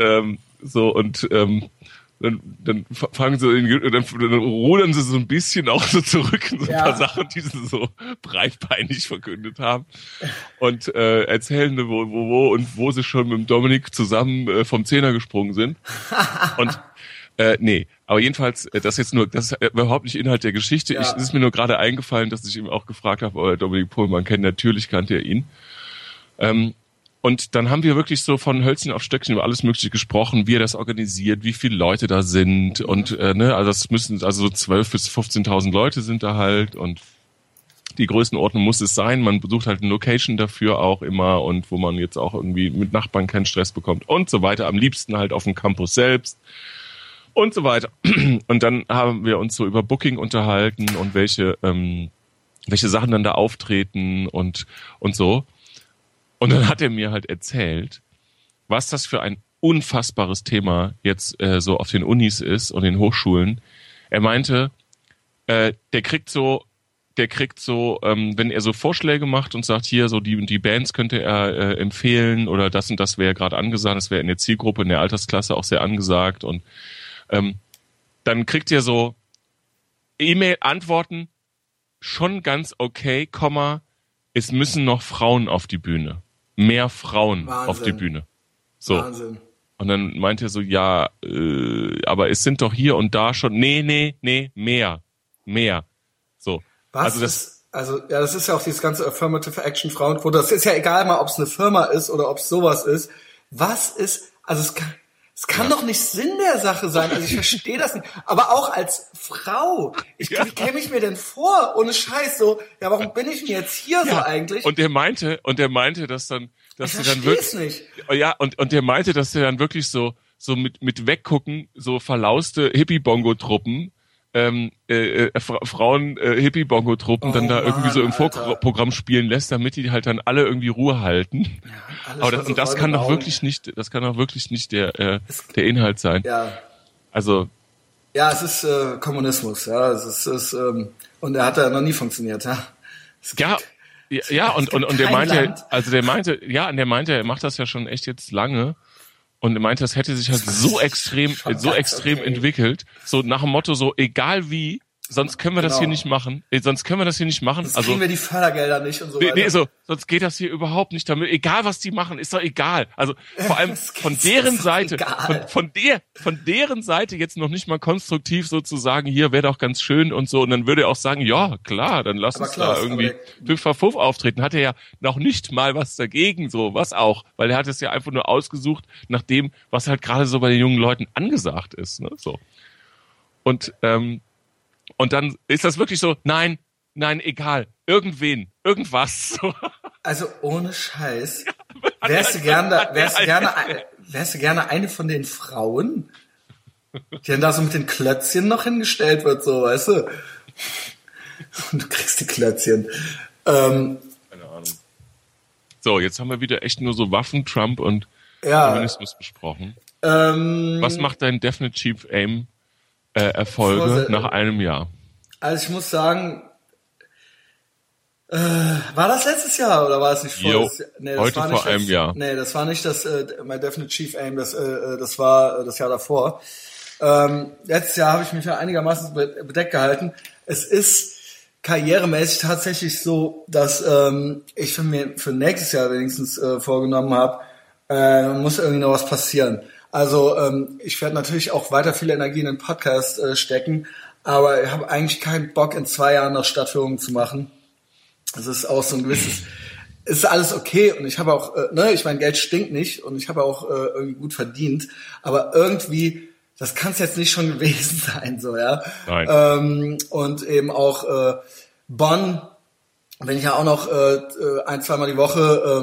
Dann fangen sie, dann rudern sie so ein bisschen auch so zurück in so ein paar Sachen, die sie so breitbeinig verkündet haben. Und erzählen, wo sie schon mit dem Dominik zusammen vom Zehner gesprungen sind. Und nee, aber jedenfalls, das ist überhaupt nicht Inhalt der Geschichte. Es ist mir nur gerade eingefallen, dass ich ihm auch gefragt habe, ob Dominik Pohlmann kennt. Natürlich kannte er ihn. Und dann haben wir wirklich so von Hölzchen auf Stöckchen über alles Mögliche gesprochen, wie er das organisiert, wie viele Leute da sind und also das müssen also so 12.000 bis 15.000 Leute sind da halt und die Größenordnung muss es sein. Man besucht halt eine Location dafür auch immer und wo man jetzt auch irgendwie mit Nachbarn keinen Stress bekommt und so weiter. Am liebsten halt auf dem Campus selbst und so weiter. Und dann haben wir uns so über Booking unterhalten und welche Sachen dann da auftreten und so. Und dann hat er mir halt erzählt, was das für ein unfassbares Thema jetzt so auf den Unis ist und den Hochschulen. Er meinte, der kriegt so, wenn er so Vorschläge macht und sagt, hier so die Bands könnte er empfehlen oder das und das wäre gerade angesagt, das wäre in der Zielgruppe, in der Altersklasse auch sehr angesagt und dann kriegt ihr so E-Mail-Antworten, schon ganz okay, es müssen noch Frauen auf die Bühne. Mehr Frauen auf die Bühne. So. Wahnsinn. Und dann meint er so, ja, aber es sind doch hier und da schon, nee, mehr. So. Was das ist ja auch dieses ganze Affirmative Action Frauenquote. Das ist ja egal mal, ob es eine Firma ist oder ob es sowas ist. Es kann doch nicht Sinn der Sache sein. Also ich verstehe das nicht. Aber auch als Frau. Wie käme ich mir denn vor? Ohne Scheiß so. Ja, warum bin ich denn jetzt hier so eigentlich? Und der meinte, dass du dann wirklich. Nicht. Ja, und der meinte, dass der dann wirklich so mit weggucken, so verlauste Hippie-Bongo-Truppen, Frauen Hippie-Bongo-Truppen dann da irgendwie so im Vorprogramm spielen lässt, damit die halt dann alle irgendwie Ruhe halten. Ja, aber das kann doch wirklich nicht der Inhalt sein. Ja. Also. Ja, es ist Kommunismus, ja. Es ist und er hat ja noch nie funktioniert, ja. Und der meinte, er macht das ja schon echt jetzt lange. Und er meinte, das hätte sich halt so extrem entwickelt. So nach dem Motto, so egal wie, sonst können wir das hier nicht machen. Sonst kriegen wir die Fördergelder nicht und so weiter. Nee, sonst geht das hier überhaupt nicht damit. Egal was die machen, ist doch egal. Also vor allem von deren Seite, von deren Seite jetzt noch nicht mal konstruktiv sozusagen, hier wäre doch ganz schön und so. Und dann würde er auch sagen, ja klar, dann lass uns da irgendwie 5x5 auftreten. Hat er ja noch nicht mal was dagegen, so was auch, weil er hat es ja einfach nur ausgesucht nach dem, was halt gerade so bei den jungen Leuten angesagt ist, ne? So. Und dann ist das wirklich so, nein, egal, irgendwas. Also ohne Scheiß. Wärst du gerne eine von den Frauen, die dann da so mit den Klötzchen noch hingestellt wird, so, weißt du? Und du kriegst die Klötzchen. Keine Ahnung. So, jetzt haben wir wieder echt nur so Waffen, Trump und Feminismus besprochen. Was macht dein Definite Chief Aim Erfolge nach einem Jahr? Also ich muss sagen, war das letztes Jahr oder war es nicht vor? Nee, heute vor einem Jahr. Nee, das war nicht mein Definite Chief Aim, das war das Jahr davor. Letztes Jahr habe ich mich ja einigermaßen bedeckt gehalten. Es ist karrieremäßig tatsächlich so, dass ich für nächstes Jahr wenigstens vorgenommen habe, muss irgendwie noch was passieren. Also ich werde natürlich auch weiter viel Energie in den Podcast stecken, aber ich habe eigentlich keinen Bock, in 2 Jahren noch Stadtführungen zu machen. Das ist auch so ein gewisses, ist alles okay und ich habe auch, ich meine, Geld stinkt nicht und ich habe auch irgendwie gut verdient, aber irgendwie, das kann es jetzt nicht schon gewesen sein, so, ja. Nein. Und eben auch Bonn, wenn ich ja auch noch 1-2 Mal die Woche,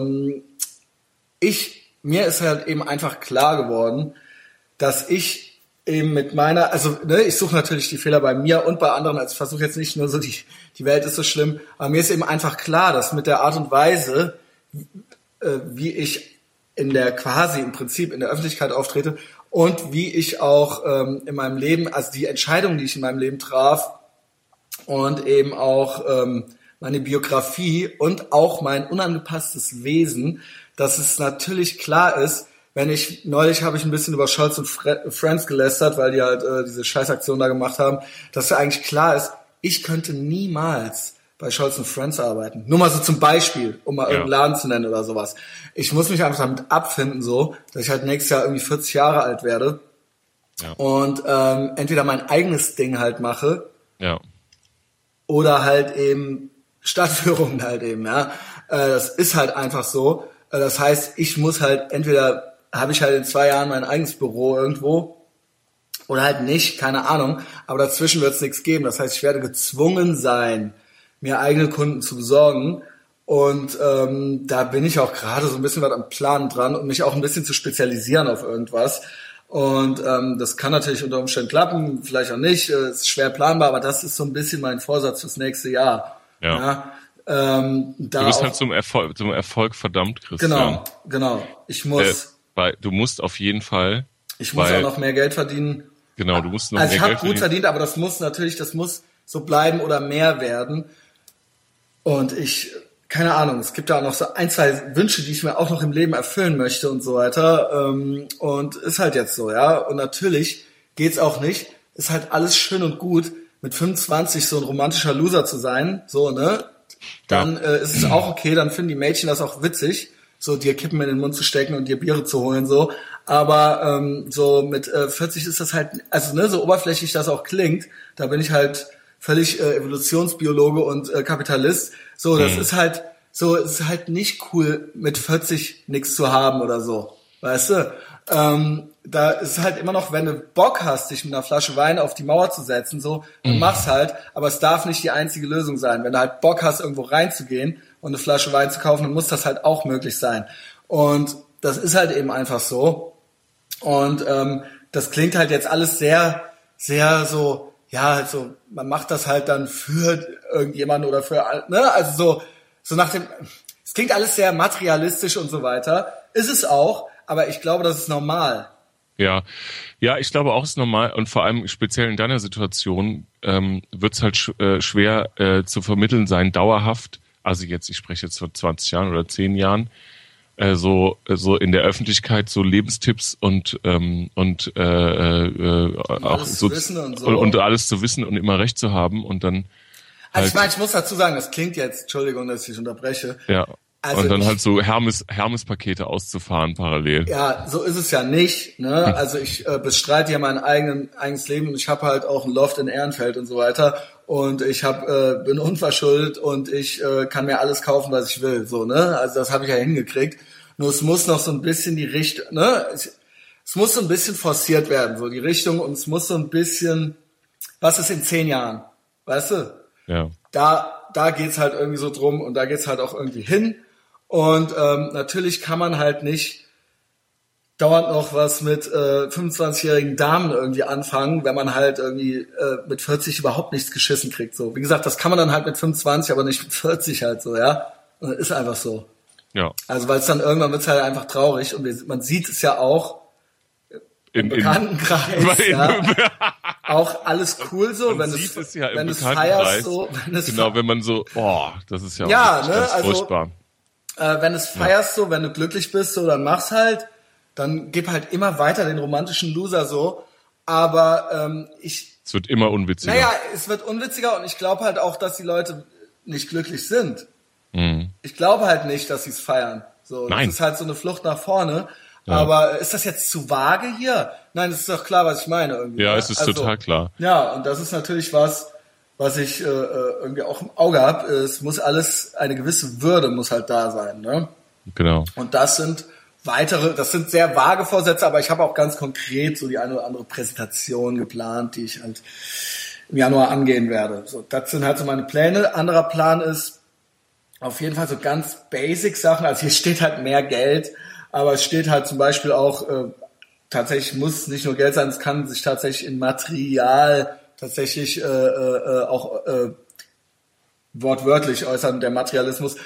mir ist halt eben einfach klar geworden, dass ich eben mit meiner, ich suche natürlich die Fehler bei mir und bei anderen, also ich versuche jetzt nicht nur so, die Welt ist so schlimm, aber mir ist eben einfach klar, dass mit der Art und Weise, wie ich im Prinzip in der Öffentlichkeit auftrete und wie ich auch in meinem Leben, also die Entscheidungen, die ich in meinem Leben traf, und eben auch meine Biografie und auch mein unangepasstes Wesen, dass es natürlich klar ist, neulich habe ich ein bisschen über Scholz und Friends gelästert, weil die halt diese Scheißaktion da gemacht haben, dass ja eigentlich klar ist, ich könnte niemals bei Scholz und Friends arbeiten. Nur mal so zum Beispiel, um mal irgendeinen Laden zu nennen oder sowas. Ich muss mich einfach damit abfinden, so, dass ich halt nächstes Jahr irgendwie 40 Jahre alt werde und entweder mein eigenes Ding halt mache oder halt eben Stadtführungen halt eben, ja. Das ist halt einfach so. Das heißt, ich muss halt entweder habe ich halt in 2 Jahren mein eigenes Büro irgendwo oder halt nicht, keine Ahnung. Aber dazwischen wird es nichts geben. Das heißt, ich werde gezwungen sein, mir eigene Kunden zu besorgen. Und da bin ich auch gerade so ein bisschen was am Plan dran und mich auch ein bisschen zu spezialisieren auf irgendwas. Und das kann natürlich unter Umständen klappen, vielleicht auch nicht. Ist schwer planbar, aber das ist so ein bisschen mein Vorsatz fürs nächste Jahr. Ja. Du bist halt zum Erfolg verdammt, Christian. Genau. Ich muss... du musst auf jeden Fall... Ich muss auch noch mehr Geld verdienen. Genau, du musst noch mehr Geld verdienen. Also ich habe gut verdient, aber das muss so bleiben oder mehr werden. Und keine Ahnung, es gibt da auch noch so 1, 2 Wünsche, die ich mir auch noch im Leben erfüllen möchte und so weiter. Und ist halt jetzt so, ja. Und natürlich geht's auch nicht. Ist halt alles schön und gut, mit 25 so ein romantischer Loser zu sein, so, ne? Dann ist es auch okay, dann finden die Mädchen das auch witzig, so dir Kippen in den Mund zu stecken und dir Biere zu holen, so. Aber so mit 40 ist das halt, also ne, so oberflächlich das auch klingt, da bin ich halt völlig Evolutionsbiologe und Kapitalist. So, das ist halt so, es ist halt nicht cool, mit 40 nichts zu haben oder so, weißt du? Da ist halt immer noch, wenn du Bock hast, dich mit einer Flasche Wein auf die Mauer zu setzen, so, dann mach's halt, aber es darf nicht die einzige Lösung sein. Wenn du halt Bock hast, irgendwo reinzugehen und eine Flasche Wein zu kaufen, dann muss das halt auch möglich sein. Und das ist halt eben einfach so. Und das klingt halt jetzt alles sehr, sehr so, ja, halt so, man macht das halt dann für irgendjemanden oder für, ne, also so nach dem, es klingt alles sehr materialistisch und so weiter. Ist es auch, aber ich glaube, das ist normal. Ja, ich glaube auch, es ist normal und vor allem speziell in deiner Situation wird es halt schwer zu vermitteln sein, dauerhaft, also ich spreche jetzt von 20 Jahren oder 10 Jahren, so in der Öffentlichkeit so Lebenstipps und auch so und alles zu wissen und immer recht zu haben und dann also ich meine, ich muss dazu sagen, das klingt jetzt, Entschuldigung, dass ich unterbreche. Ja. Also und dann halt so Hermes-Pakete auszufahren parallel. Ja, so ist es ja nicht. Ne? Also ich bestreite ja mein eigenes Leben und ich habe halt auch ein Loft in Ehrenfeld und so weiter. Und ich bin unverschuldet und ich kann mir alles kaufen, was ich will. So, ne? Also das habe ich ja hingekriegt. Nur es muss noch so ein bisschen die Richtung, ne? Es muss so ein bisschen forciert werden, so die Richtung. Und es muss so ein bisschen, was ist in 10 Jahren? Weißt du? Ja. Da geht's halt irgendwie so drum und da geht's halt auch irgendwie hin. Und natürlich kann man halt nicht dauernd noch was mit 25-jährigen Damen irgendwie anfangen, wenn man halt irgendwie mit 40 überhaupt nichts geschissen kriegt. So, wie gesagt, das kann man dann halt mit 25, aber nicht mit 40 halt so, ja. Und das ist einfach so. Ja. Also weil es dann irgendwann wird's halt einfach traurig und man sieht es ja auch im Bekanntenkreis, ja. Auch alles cool so, wenn du es feierst so, wenn man so, das ist ja ganz furchtbar. Wenn du es feierst so, wenn du glücklich bist so, dann mach's halt, dann gib halt immer weiter den romantischen Loser so, aber es wird immer unwitziger. Naja, es wird unwitziger und ich glaube halt auch, dass die Leute nicht glücklich sind. Mhm. Ich glaube halt nicht, dass sie es feiern. So, Nein. Das ist halt so eine Flucht nach vorne. Ja. Aber ist das jetzt zu vage hier? Nein, es ist doch klar, was ich meine. Irgendwie. Ja, es ist total klar. Ja, und das ist natürlich was ich irgendwie auch im Auge habe. Es muss alles, eine gewisse Würde muss halt da sein. Ne? Genau. Und das sind sehr vage Vorsätze, aber ich habe auch ganz konkret so die eine oder andere Präsentation geplant, die ich halt im Januar angehen werde. So, das sind halt so meine Pläne. Anderer Plan ist auf jeden Fall so ganz basic Sachen. Also hier steht halt mehr Geld. Aber es steht halt zum Beispiel auch, tatsächlich muss nicht nur Geld sein, es kann sich tatsächlich in Material tatsächlich auch wortwörtlich äußern, der Materialismus.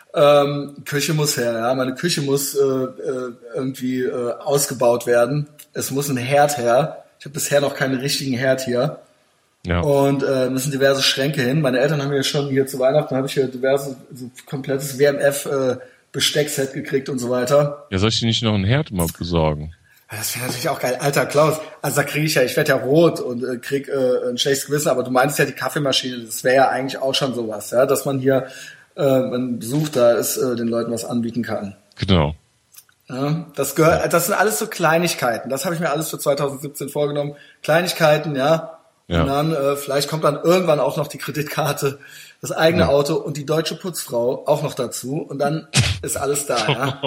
Küche muss her, ja. Meine Küche muss irgendwie ausgebaut werden. Es muss ein Herd her. Ich habe bisher noch keinen richtigen Herd hier. Ja. Und müssen diverse Schränke hin. Meine Eltern haben ja schon hier zu Weihnachten, habe ich hier diverse, so komplettes WMF Besteckset gekriegt und so weiter. Ja, soll ich dir nicht noch einen Herd mal besorgen? Das wäre natürlich auch geil. Alter Klaus, also da kriege ich ja, ich werde ja rot und krieg ein schlechtes Gewissen, aber du meinst ja die Kaffeemaschine, das wäre ja eigentlich auch schon sowas, ja, dass man hier, wenn Besuch da ist, den Leuten was anbieten kann. Genau. Ja, das sind alles so Kleinigkeiten. Das habe ich mir alles für 2017 vorgenommen. Kleinigkeiten, ja. Ja. Und dann, vielleicht kommt dann irgendwann auch noch die Kreditkarte, das eigene Auto und die deutsche Putzfrau auch noch dazu. Und dann ist alles da,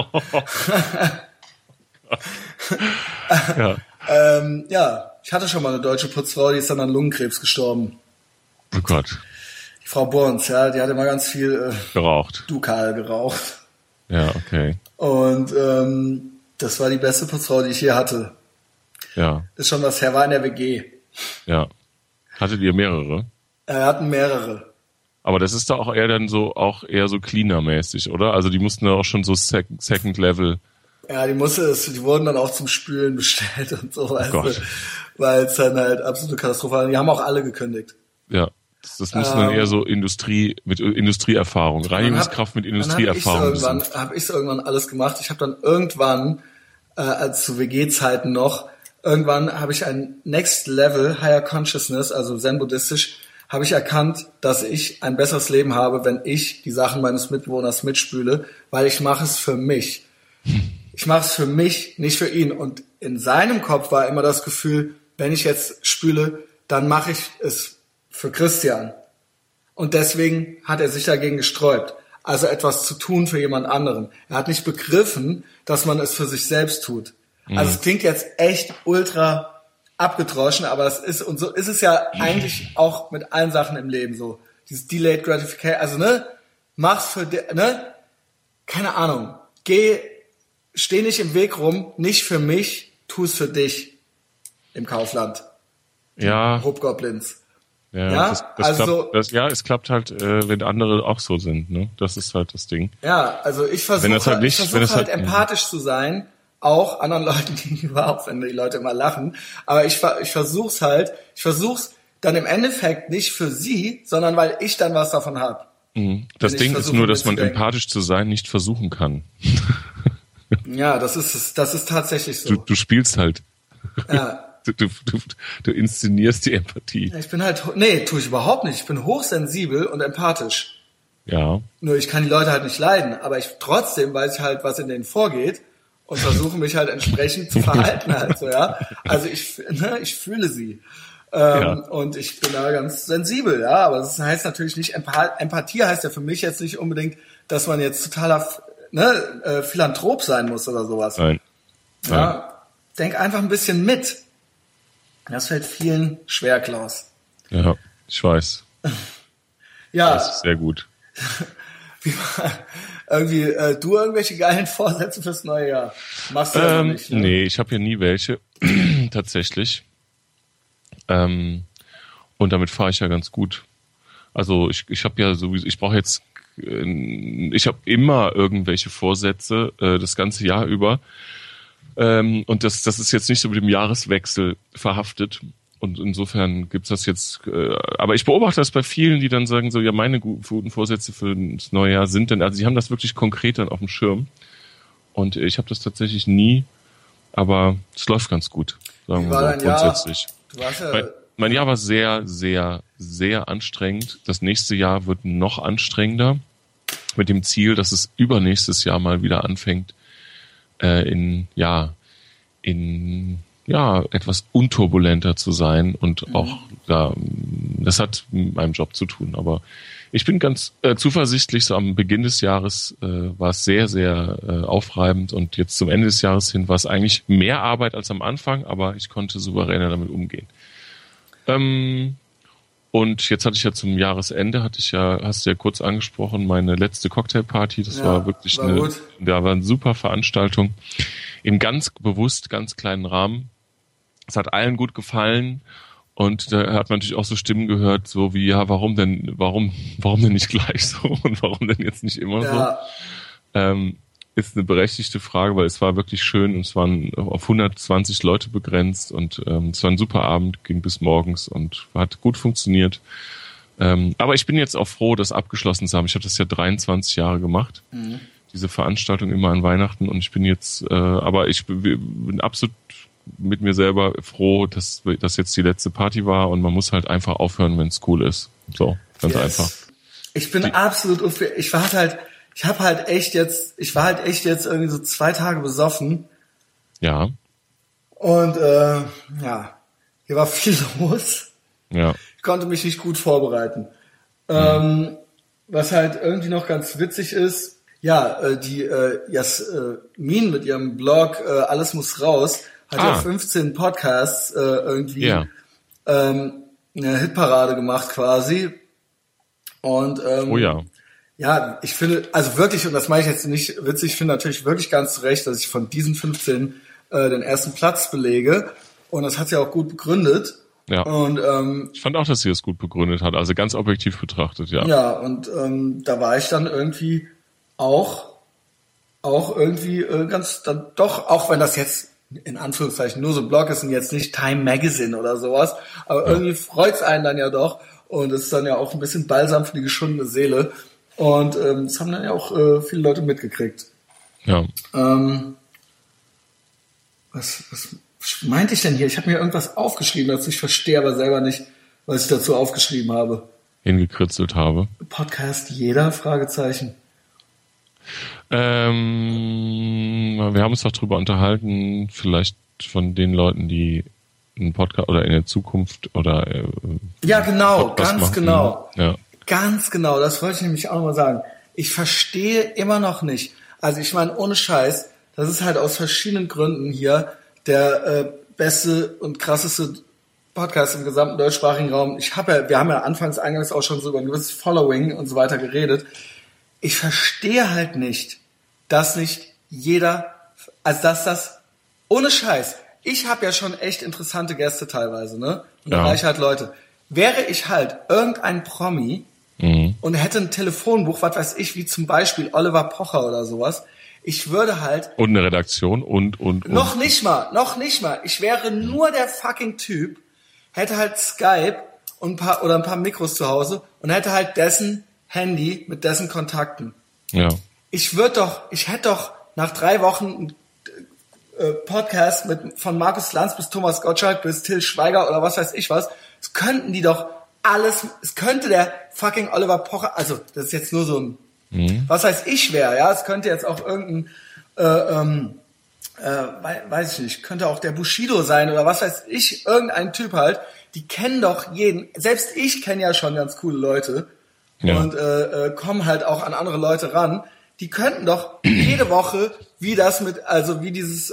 ja. Ja, ich hatte schon mal eine deutsche Putzfrau, die ist dann an Lungenkrebs gestorben. Oh Gott. Die Frau Burns, ja, die hat immer ganz viel geraucht. Dukal geraucht. Ja, okay. Und das war die beste Putzfrau, die ich hier hatte. Ja. Ist schon was her, war in der WG. Ja. Hattet ihr mehrere? Wir hatten mehrere. Aber das ist da auch eher dann so, auch eher so cleaner-mäßig, oder? Also die mussten da auch schon so Second Level. Ja, die wurden dann auch zum Spülen bestellt und so, weißt du, weil es dann halt absolute Katastrophe war. Die haben auch alle gekündigt. Ja, das müssen dann eher so mit Industrieerfahrung, Reinigungskraft mit Industrieerfahrung. Dann habe ich irgendwann alles gemacht. Ich habe dann irgendwann, als zu WG-Zeiten noch, irgendwann habe ich ein Next Level Higher Consciousness, also Zen-Buddhistisch, habe ich erkannt, dass ich ein besseres Leben habe, wenn ich die Sachen meines Mitbewohners mitspüle, weil ich mache es für mich. Ich mache es für mich, nicht für ihn. Und in seinem Kopf war immer das Gefühl, wenn ich jetzt spüle, dann mache ich es für Christian. Und deswegen hat er sich dagegen gesträubt. Also etwas zu tun für jemand anderen. Er hat nicht begriffen, dass man es für sich selbst tut. Also es klingt jetzt echt ultra abgedroschen, aber das ist, und so ist es ja eigentlich auch mit allen Sachen im Leben so. Dieses Delayed Gratification, also mach's für, keine Ahnung, steh nicht im Weg rum, nicht für mich, tu es für dich im Kaufland. Ja. Hobgoblins. Ja, es klappt halt, wenn andere auch so sind, ne? Das ist halt das Ding. Ja, also ich versuche halt empathisch zu sein, auch anderen Leuten gegenüber, auch wenn die Leute immer lachen. Aber ich versuch's dann im Endeffekt nicht für sie, sondern weil ich dann was davon habe. Das Ding ist nur, dass man empathisch zu sein nicht versuchen kann. Ja, das ist tatsächlich so. Du spielst halt. Ja. Du inszenierst die Empathie. Ich bin halt, tue ich überhaupt nicht. Ich bin hochsensibel und empathisch. Ja. Nur ich kann die Leute halt nicht leiden, aber trotzdem weiß ich halt, was in denen vorgeht und versuche mich halt entsprechend zu verhalten halt so, ja. Also ich fühle sie. Und ich bin da ganz sensibel, ja, aber das heißt natürlich nicht, Empathie heißt ja für mich jetzt nicht unbedingt, dass man jetzt totaler Philanthrop sein muss oder sowas. Nein. Ja, denk einfach ein bisschen mit. Das fällt vielen schwer, Klaus. Ja, ich weiß. Ja. Das ist sehr gut. Irgendwie, du irgendwelche geilen Vorsätze fürs neue Jahr? Machst du ja nicht, ne? Nee, ich habe ja nie welche. Tatsächlich. Und damit fahre ich ja ganz gut. Also ich habe ja sowieso, ich habe immer irgendwelche Vorsätze das ganze Jahr über. Und das ist jetzt nicht so mit dem Jahreswechsel verhaftet. Und insofern gibt's das jetzt, aber ich beobachte das bei vielen, die dann sagen so, ja, meine guten Vorsätze für das neue Jahr sind dann, also sie haben das wirklich konkret dann auf dem Schirm. Und ich habe das tatsächlich nie, aber es läuft ganz gut, sagen wir mal grundsätzlich. Mein Jahr war sehr, sehr, sehr anstrengend. Das nächste Jahr wird noch anstrengender, mit dem Ziel, dass es übernächstes Jahr mal wieder anfängt, etwas unturbulenter zu sein und auch das hat mit meinem Job zu tun. Aber ich bin ganz zuversichtlich, so am Beginn des Jahres war es sehr, sehr aufreibend und jetzt zum Ende des Jahres hin war es eigentlich mehr Arbeit als am Anfang, aber ich konnte souveräner damit umgehen. Und jetzt hatte ich ja zum Jahresende, hast du ja kurz angesprochen, meine letzte Cocktailparty. Das war wirklich war eine super Veranstaltung. In ganz kleinen Rahmen. Es hat allen gut gefallen. Und da hat man natürlich auch so Stimmen gehört, so wie, ja, warum denn nicht gleich so? Und warum denn jetzt nicht immer so? ist eine berechtigte Frage, weil es war wirklich schön und es waren auf 120 Leute begrenzt und es war ein super Abend, ging bis morgens und hat gut funktioniert. Aber ich bin jetzt auch froh, das abgeschlossen zu haben. Ich habe das ja 23 Jahre gemacht, diese Veranstaltung immer an Weihnachten, und ich bin jetzt, aber ich bin absolut mit mir selber froh, dass das jetzt die letzte Party war, und man muss halt einfach aufhören, wenn es cool ist. So, ganz einfach. Ich bin absolut, ich war halt echt jetzt irgendwie so 2 Tage besoffen. Ja. Und hier war viel los. Ja. Ich konnte mich nicht gut vorbereiten. Was halt irgendwie noch ganz witzig ist, die Jasmin mit ihrem Blog Alles muss raus hat ja 15 Podcasts irgendwie eine Hitparade gemacht quasi. Und ja, ich finde, also wirklich, und das meine ich jetzt nicht witzig, ich finde natürlich wirklich ganz zu Recht, dass ich von diesen 15 den ersten Platz belege. Und das hat sie auch gut begründet. Ja. Und ich fand auch, dass sie es gut begründet hat, also ganz objektiv betrachtet, ja. Ja, und da war ich dann irgendwie auch irgendwie ganz, dann doch, auch wenn das jetzt in Anführungszeichen nur so ein Blog ist und jetzt nicht Time Magazine oder sowas, aber irgendwie freut's einen dann ja doch, und es ist dann ja auch ein bisschen Balsam für die geschundene Seele, und das haben dann ja auch viele Leute mitgekriegt. Ja. Was meinte ich denn hier? Ich habe mir irgendwas aufgeschrieben dazu, ich verstehe aber selber nicht, was ich dazu aufgeschrieben habe. Hingekritzelt habe. Podcast jeder? Fragezeichen. Wir haben uns doch drüber unterhalten, vielleicht von den Leuten, die einen Podcast oder in der Zukunft oder ja, genau, Podcast ganz machen. genau. Ja. Ganz genau, das wollte ich nämlich auch mal sagen. Ich verstehe immer noch nicht. Also ich meine, ohne Scheiß, das ist halt aus verschiedenen Gründen hier der beste und krasseste Podcast im gesamten deutschsprachigen Raum. Wir haben ja eingangs auch schon so über ein gewisses Following und so weiter geredet. Ich verstehe halt nicht, dass nicht jeder, also dass das, ohne Scheiß, ich habe ja schon echt interessante Gäste teilweise, ne? Und da reiche halt Leute. Wäre ich halt irgendein Promi und hätte ein Telefonbuch, was weiß ich, wie zum Beispiel Oliver Pocher oder sowas, ich würde halt... Und eine Redaktion und. Noch nicht mal. Ich wäre nur der fucking Typ, hätte halt Skype und ein paar Mikros zu Hause und hätte halt dessen Handy mit dessen Kontakten. Ja. Ich hätte doch nach 3 Wochen Podcast von Markus Lanz bis Thomas Gottschalk bis Till Schweiger oder was weiß ich was, es könnten die doch alles, es könnte der fucking Oliver Pocher, also das ist jetzt nur so ein, was weiß ich wer, ja, es könnte jetzt auch irgendein, weiß ich nicht, könnte auch der Bushido sein oder was weiß ich, irgendein Typ halt, die kennen doch jeden, selbst ich kenne ja schon ganz coole Leute und kommen halt auch an andere Leute ran. Die könnten doch jede Woche, wie dieses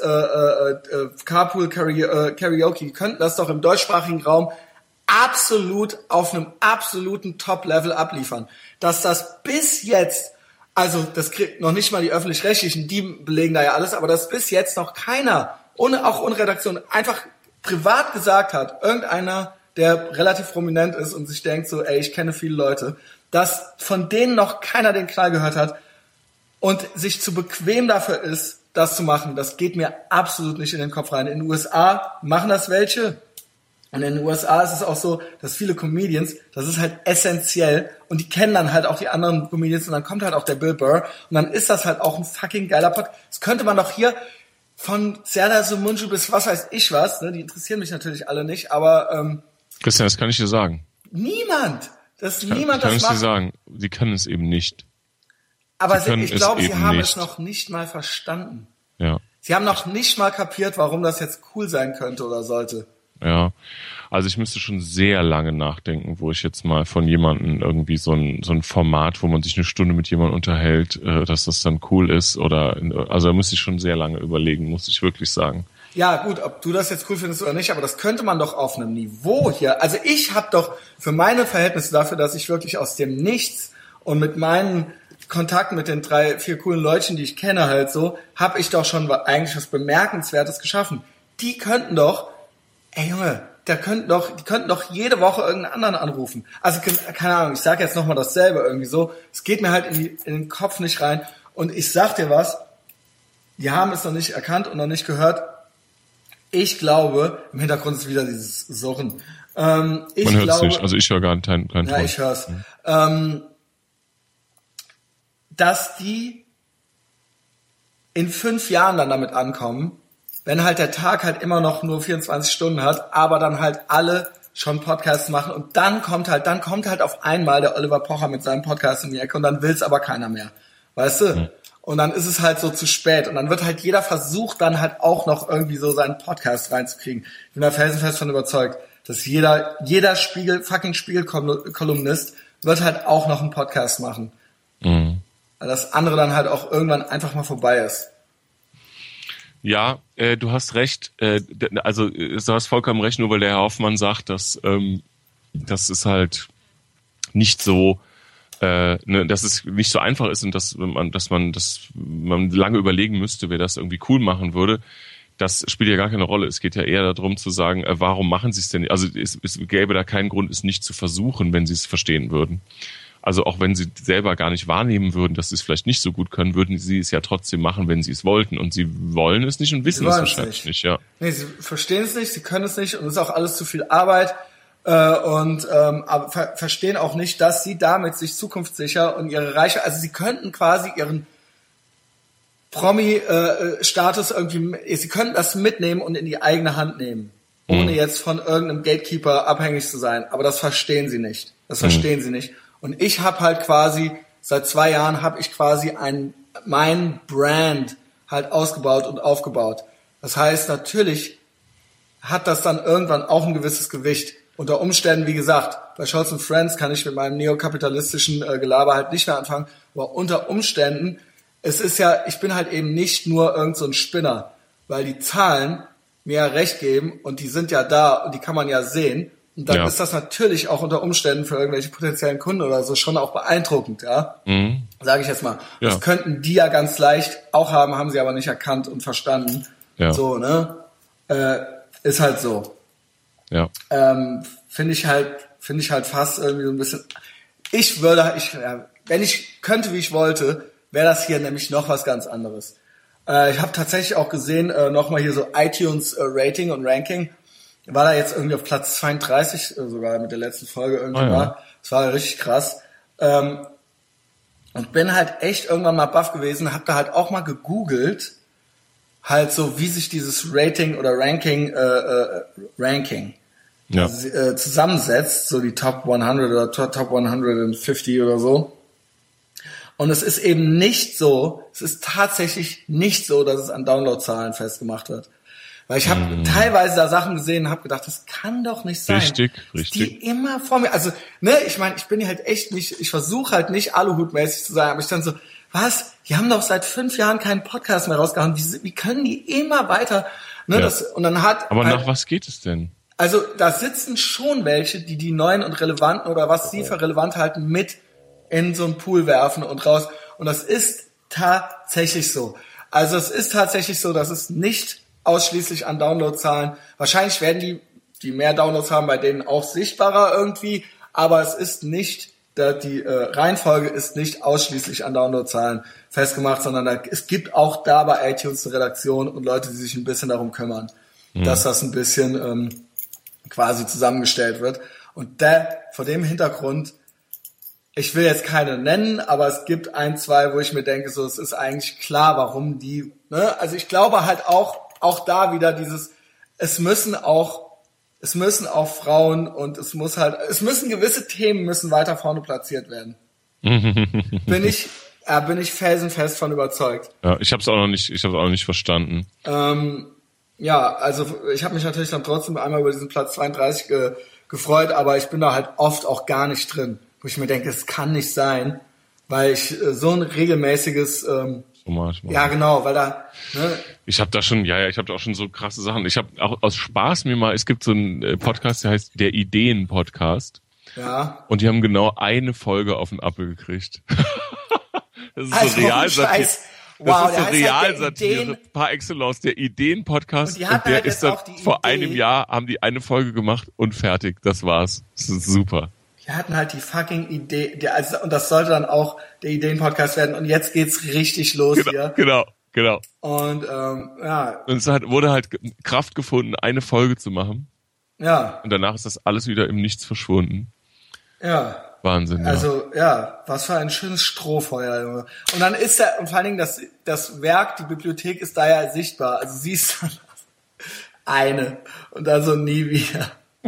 Carpool Karaoke, die könnten das doch im deutschsprachigen Raum absolut auf einem absoluten Top-Level abliefern. Dass das bis jetzt, also das kriegt noch nicht mal die Öffentlich-Rechtlichen, die belegen da ja alles, aber dass bis jetzt noch keiner, auch ohne Redaktion, einfach privat gesagt hat, irgendeiner, der relativ prominent ist und sich denkt so, ey, ich kenne viele Leute, dass von denen noch keiner den Knall gehört hat, und sich zu bequem dafür ist, das zu machen, das geht mir absolut nicht in den Kopf rein. In den USA machen das welche. Und in den USA ist es auch so, dass viele Comedians, das ist halt essentiell, und die kennen dann halt auch die anderen Comedians, und dann kommt halt auch der Bill Burr, und dann ist das halt auch ein fucking geiler Podcast. Das könnte man doch hier von Serdar Somuncu bis was weiß ich was, ne, die interessieren mich natürlich alle nicht, aber Christian, das kann ich dir sagen. Niemand das kann ich dir sagen, sie können es eben nicht. Aber ich glaube, sie haben es noch nicht mal verstanden. Ja. Sie haben noch nicht mal kapiert, warum das jetzt cool sein könnte oder sollte. Ja, also ich müsste schon sehr lange nachdenken, wo ich jetzt mal von jemandem irgendwie so ein Format, wo man sich eine Stunde mit jemandem unterhält, dass das dann cool ist, also da müsste ich schon sehr lange überlegen, muss ich wirklich sagen. Ja gut, ob du das jetzt cool findest oder nicht, aber das könnte man doch auf einem Niveau hier, also ich habe doch für meine Verhältnisse dafür, dass ich wirklich aus dem Nichts und mit meinen Kontakten mit den 3, 4 coolen Leuten, die ich kenne halt so, habe ich doch schon eigentlich was Bemerkenswertes geschaffen. Die könnten doch, ey Junge, die könnten doch jede Woche irgendeinen anderen anrufen. Also, keine Ahnung, ich sage jetzt nochmal dasselbe irgendwie so. Es geht mir halt in den Kopf nicht rein. Und ich sag dir was, Die haben es noch nicht erkannt und noch nicht gehört. Ich glaube, im Hintergrund ist wieder dieses Surren. Man hört es nicht, also ich höre gar keinen Ton. Ja, ich höre es. Dass die in 5 Jahren dann damit ankommen, wenn halt der Tag halt immer noch nur 24 Stunden hat, aber dann halt alle schon Podcasts machen und dann kommt halt auf einmal der Oliver Pocher mit seinem Podcast in die Ecke und dann will's aber keiner mehr. Weißt du? Mhm. Und dann ist es halt so zu spät und dann wird halt jeder versucht, dann halt auch noch irgendwie so seinen Podcast reinzukriegen. Ich bin da felsenfest von überzeugt, dass jeder Spiegel-Kolumnist wird halt auch noch einen Podcast machen. Mhm. Weil das andere dann halt auch irgendwann einfach mal vorbei ist. Ja, du hast recht. Also du hast vollkommen recht, nur weil der Herr Hoffmann sagt, dass es halt nicht so, dass es nicht so einfach ist und dass man lange überlegen müsste, wer das irgendwie cool machen würde. Das spielt ja gar keine Rolle. Es geht ja eher darum zu sagen, warum machen sie es denn nicht? Also es gäbe da keinen Grund, es nicht zu versuchen, wenn sie es verstehen würden. Also auch wenn sie selber gar nicht wahrnehmen würden, dass sie es vielleicht nicht so gut können, würden sie es ja trotzdem machen, wenn sie es wollten. Und sie wollen es nicht und wissen es wahrscheinlich nicht. Ja. Nee, sie verstehen es nicht, sie können es nicht und es ist auch alles zu viel Arbeit. Aber verstehen auch nicht, dass sie damit sich zukunftssicher und ihre Reichweite, also sie könnten quasi ihren Promi-Status irgendwie, sie könnten das mitnehmen und in die eigene Hand nehmen, ohne jetzt von irgendeinem Gatekeeper abhängig zu sein. Aber das verstehen sie nicht. Und ich habe halt quasi, seit 2 Jahren habe ich quasi mein Brand halt ausgebaut und aufgebaut. Das heißt, natürlich hat das dann irgendwann auch ein gewisses Gewicht. Unter Umständen, wie gesagt, bei Scholz & Friends kann ich mit meinem neokapitalistischen Gelaber halt nicht mehr anfangen. Aber unter Umständen, ich bin halt eben nicht nur irgend so ein Spinner, weil die Zahlen mir ja recht geben und die sind ja da und die kann man ja sehen. Und dann ist das natürlich auch unter Umständen für irgendwelche potenziellen Kunden oder so schon auch beeindruckend, ja. Mhm. Sage ich jetzt mal. Ja. Das könnten die ja ganz leicht auch haben sie aber nicht erkannt und verstanden. Ja. So, ne? Ist halt so. Ja. Finde ich halt fast irgendwie so ein bisschen. Wenn ich könnte, wie ich wollte, wäre das hier nämlich noch was ganz anderes. Ich habe tatsächlich auch gesehen, nochmal hier so iTunes Rating und Ranking. War da jetzt irgendwie auf Platz 32, sogar mit der letzten Folge irgendwie war. Das war richtig krass. Und bin halt echt irgendwann mal baff gewesen, hab da halt auch mal gegoogelt, halt so, wie sich dieses Rating oder Ranking zusammensetzt, so die Top 100 oder Top 150 oder so. Und es ist eben nicht so, es ist tatsächlich nicht so, dass es an Downloadzahlen festgemacht wird. Weil ich habe teilweise da Sachen gesehen und habe gedacht, das kann doch nicht sein. Richtig. Die immer vor mir, also, ne, ich meine, ich bin hier halt echt nicht, ich versuche halt nicht Aluhut-mäßig zu sein, aber ich dann so, was? Die haben doch seit 5 Jahren keinen Podcast mehr rausgehauen. Wie können die immer weiter, ne, und dann aber nach was geht es denn? Also, da sitzen schon welche, die neuen und relevanten oder was sie für relevant halten, mit in so einen Pool werfen und raus. Und das ist tatsächlich so. Also, es ist tatsächlich so, dass es nicht ausschließlich an Downloadzahlen. Wahrscheinlich werden die mehr Downloads haben, bei denen auch sichtbarer irgendwie, aber es ist nicht, die Reihenfolge ist nicht ausschließlich an Downloadzahlen festgemacht, sondern es gibt auch da bei iTunes eine Redaktion und Leute, die sich ein bisschen darum kümmern, dass das ein bisschen quasi zusammengestellt wird. Und vor dem Hintergrund, ich will jetzt keine nennen, aber es gibt 1, 2, wo ich mir denke, so, es ist eigentlich klar, warum die, ne, also ich glaube halt auch da wieder dieses, es müssen auch Frauen und es müssen gewisse Themen weiter vorne platziert werden. Bin ich felsenfest von überzeugt. Ja, ich habe es auch noch nicht verstanden. Ja, also ich habe mich natürlich dann trotzdem einmal über diesen Platz 32 gefreut, aber ich bin da halt oft auch gar nicht drin, wo ich mir denke, es kann nicht sein, weil ich so ein regelmäßiges ja, genau, weil da, ne? Ich habe da auch schon so krasse Sachen. Ich habe auch aus Spaß es gibt so einen Podcast, der heißt der Ideen-Podcast. Ja. Und die haben genau eine Folge auf den Apfel gekriegt. Das ist so Realsatire. Wow, das ist so Realsatire par excellence, der Ideen-Podcast. Und der halt ist dann vor einem Jahr, haben die eine Folge gemacht und fertig. Das war's. Das ist super. Wir hatten halt die fucking Idee, und das sollte dann auch der Ideen-Podcast werden. Und jetzt geht's richtig los hier. Genau. Genau. Und Und es wurde halt Kraft gefunden, eine Folge zu machen. Ja. Und danach ist das alles wieder im Nichts verschwunden. Ja. Wahnsinn, ja. Also, was für ein schönes Strohfeuer, Junge. Und dann ist und vor allen Dingen das Werk, die Bibliothek ist da ja sichtbar. Also siehst du eine und dann so nie wieder.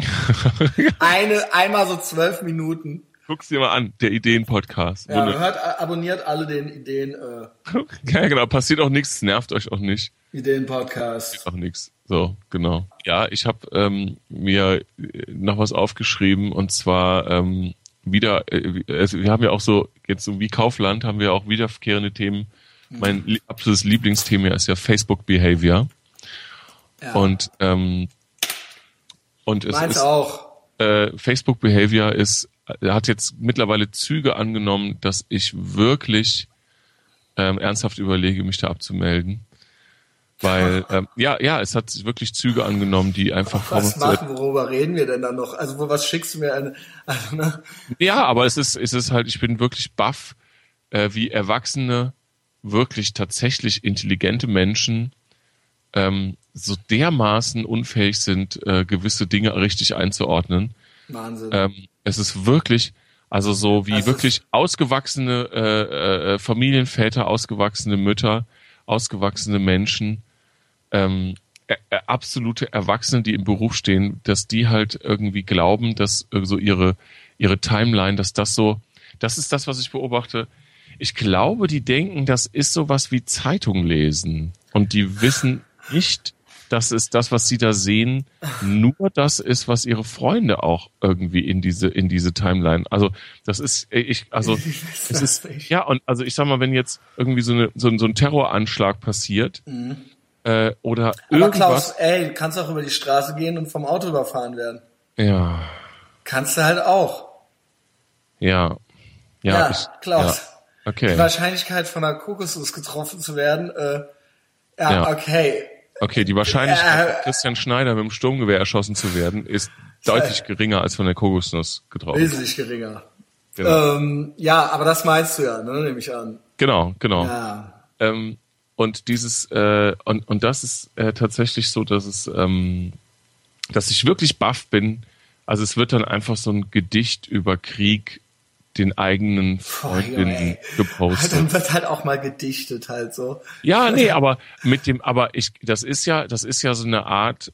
Einmal so 12 Minuten. Guck's dir mal an, der Ideen-Podcast. Ja, abonniert alle den Ideen. Ja, genau, passiert auch nichts, nervt euch auch nicht. Ideen-Podcast. Passiert auch nichts. So, genau. Ja, ich habe mir noch was aufgeschrieben und zwar wir haben ja auch so, jetzt so wie Kaufland, haben wir auch wiederkehrende Themen. Mein absolutes Lieblingsthema ist ja Facebook Behavior. Ja. Und es meins ist auch. Facebook Behavior hat jetzt mittlerweile Züge angenommen, dass ich wirklich ernsthaft überlege, mich da abzumelden. Weil, es hat wirklich Züge angenommen, die einfach... Worüber reden wir denn dann noch? Also, was schickst du mir ne? Ja, aber es ist halt, ich bin wirklich baff, wie Erwachsene, wirklich tatsächlich intelligente Menschen so dermaßen unfähig sind, gewisse Dinge richtig einzuordnen. Wahnsinn. Es ist wirklich, also so wie wirklich ausgewachsene Familienväter, ausgewachsene Mütter, ausgewachsene Menschen, absolute Erwachsene, die im Beruf stehen, dass die halt irgendwie glauben, dass so ihre Timeline, dass das ist das, was ich beobachte. Ich glaube, die denken, das ist sowas wie Zeitung lesen. Und die wissen nicht, dass es das, was sie da sehen, nur das ist, was ihre Freunde auch irgendwie in diese Timeline. Also das ist, ja, und also ich sag mal, wenn jetzt irgendwie so ein Terroranschlag passiert, oder aber irgendwas. Klaus, du kannst auch über die Straße gehen und vom Auto überfahren werden. Ja. Kannst du halt auch. Ja. Klaus. Ja. Okay. Die Wahrscheinlichkeit von einer Kokosnuss getroffen zu werden, okay. Okay, die Wahrscheinlichkeit, von Christian Schneider mit dem Sturmgewehr erschossen zu werden, ist deutlich geringer als von der Kokosnuss getroffen. Wesentlich geringer. Genau. Aber das meinst du ja, ne, nehme ich an. Genau. Ja. Und dieses und das ist tatsächlich so, dass dass ich wirklich baff bin. Also es wird dann einfach so ein Gedicht über Krieg den eigenen Freundinnen gepostet. Dann wird halt auch mal gedichtet halt so. Ja, nee, aber das ist ja so eine Art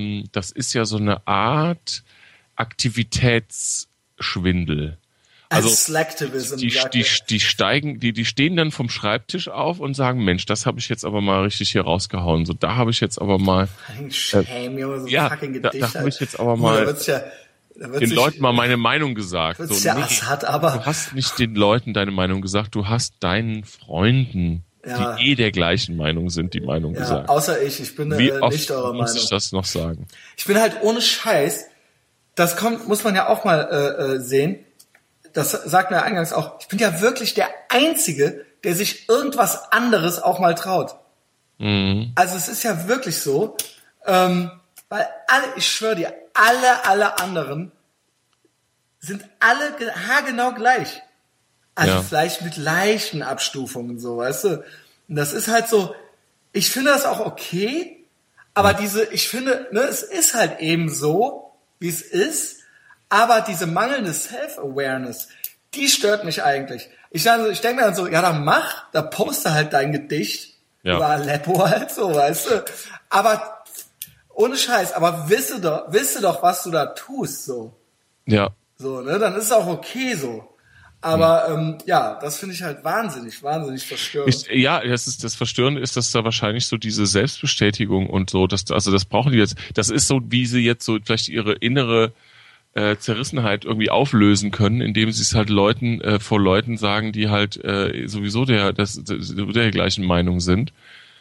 Aktivitätsschwindel. Also Slacktivism. Die stehen dann vom Schreibtisch auf und sagen, Mensch, das habe ich jetzt aber mal richtig hier rausgehauen. So, da habe ich jetzt aber mal fucking Gedicht. Da habe ich jetzt aber mal den Leuten mal meine Meinung gesagt. So, aber du hast nicht den Leuten deine Meinung gesagt, du hast deinen Freunden, die der gleichen Meinung sind, die Meinung gesagt. Außer ich bin nicht eurer Meinung. Wie oft muss ich das noch sagen? Ich bin halt ohne Scheiß, muss man ja auch mal sehen, das sagt mir eingangs auch, ich bin ja wirklich der Einzige, der sich irgendwas anderes auch mal traut. Mhm. Also es ist ja wirklich so, weil ich schwöre dir, alle anderen sind alle haargenau gleich. Also vielleicht mit leichten Abstufungen, so, weißt du. Und das ist halt so, ich finde das auch okay, aber ich finde, ne, es ist halt eben so, wie es ist, aber diese mangelnde Self-Awareness, die stört mich eigentlich. Ich denke mir dann so, ja, da poste halt dein Gedicht über Aleppo halt so, weißt du. Aber ohne Scheiß, aber wisse doch, was du da tust, so. Ja. So, ne, dann ist es auch okay so. Aber das finde ich halt wahnsinnig verstörend. Das Verstörende ist, dass da wahrscheinlich so diese Selbstbestätigung und so, das brauchen die jetzt. Das ist so, wie sie jetzt so vielleicht ihre innere Zerrissenheit irgendwie auflösen können, indem sie es halt vor Leuten sagen, die halt sowieso der gleichen Meinung sind.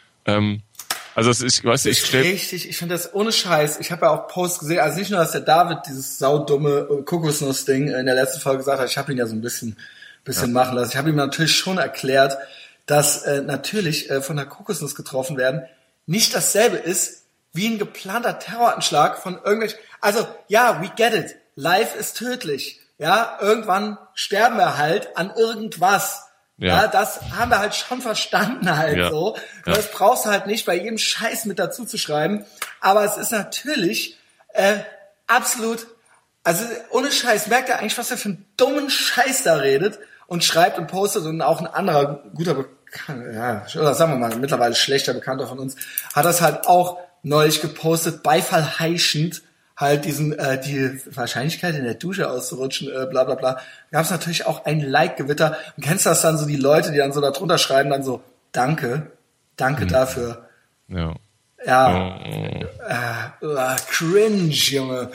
Also ich finde das ohne Scheiß. Ich habe ja auch Posts gesehen, also nicht nur, dass der David dieses saudumme Kokosnuss-Ding in der letzten Folge gesagt hat, ich habe ihn ja so ein bisschen machen lassen. Ich habe ihm natürlich schon erklärt, dass natürlich von der Kokosnuss getroffen werden nicht dasselbe ist wie ein geplanter Terroranschlag von irgendwelchen. Also ja, we get it. Life ist tödlich. Ja, irgendwann sterben wir halt an irgendwas. Ja, das haben wir halt schon verstanden halt so. Das brauchst du halt nicht bei jedem Scheiß mit dazu zu schreiben. Aber es ist natürlich absolut, also ohne Scheiß, merkt er eigentlich, was er für einen dummen Scheiß da redet und schreibt und postet. Und auch ein anderer guter Bekannter, oder sagen wir mal, mittlerweile schlechter Bekannter von uns, hat das halt auch neulich gepostet, Beifall heischend, halt die Wahrscheinlichkeit in der Dusche auszurutschen, bla bla bla. Da gab es natürlich auch ein Like-Gewitter. Und kennst du das dann so, die Leute, die dann so da drunter schreiben, dann so, danke dafür. Ja. Cringe, Junge.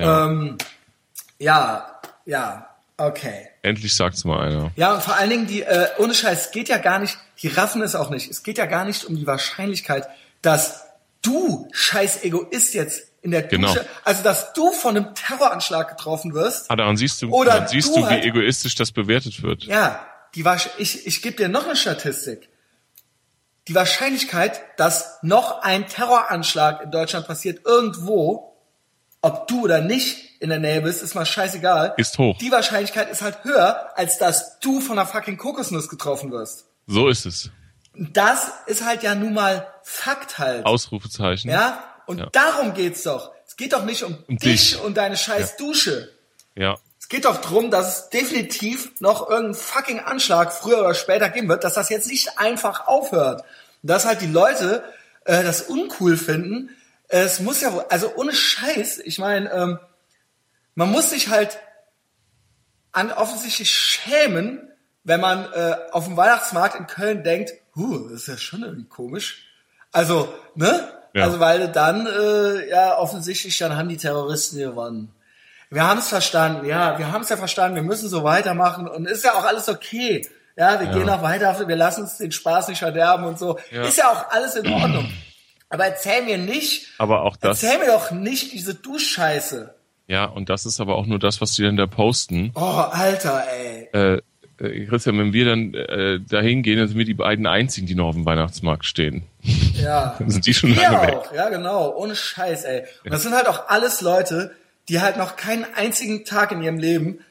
Okay. Endlich sagt's mal einer. Ja, und vor allen Dingen, ohne Scheiß, es geht ja gar nicht, die raffen es auch nicht. Es geht ja gar nicht um die Wahrscheinlichkeit, dass du, scheiß Egoist jetzt, in der Dusche, also dass du von einem Terroranschlag getroffen wirst. Daran siehst du, wie egoistisch das bewertet wird. Ja, ich gebe dir noch eine Statistik. Die Wahrscheinlichkeit, dass noch ein Terroranschlag in Deutschland passiert, irgendwo, ob du oder nicht in der Nähe bist, ist mal scheißegal. Ist hoch. Die Wahrscheinlichkeit ist halt höher, als dass du von einer fucking Kokosnuss getroffen wirst. So ist es. Das ist halt ja nun mal Fakt halt. Ausrufezeichen. Ja? Und darum geht's doch. Es geht doch nicht um dich und deine scheiß Dusche. Ja. Es geht doch drum, dass es definitiv noch irgendeinen fucking Anschlag früher oder später geben wird, dass das jetzt nicht einfach aufhört. Und dass halt die Leute das uncool finden. Es muss ja wohl, also ohne Scheiß, ich meine, man muss sich halt offensichtlich schämen, wenn man auf dem Weihnachtsmarkt in Köln denkt, das ist ja schon irgendwie komisch. Also, ne? Ja. Also weil dann, offensichtlich, dann haben die Terroristen gewonnen. Wir haben es verstanden, wir müssen so weitermachen und ist ja auch alles okay. Ja, wir gehen auch weiter, wir lassen uns den Spaß nicht verderben und so. Ja. Ist ja auch alles in Ordnung. Aber erzähl mir doch nicht diese Duschscheiße. Ja, und das ist aber auch nur das, was die dann da posten. Oh, Alter, ey. Christian, wenn wir dann dahin gehen, dann sind wir die beiden einzigen, die noch auf dem Weihnachtsmarkt stehen. Ja. Dann sind die schon lange weg. Ja, genau. Ohne Scheiß, ey. Und das sind halt auch alles Leute, die halt noch keinen einzigen Tag in ihrem Leben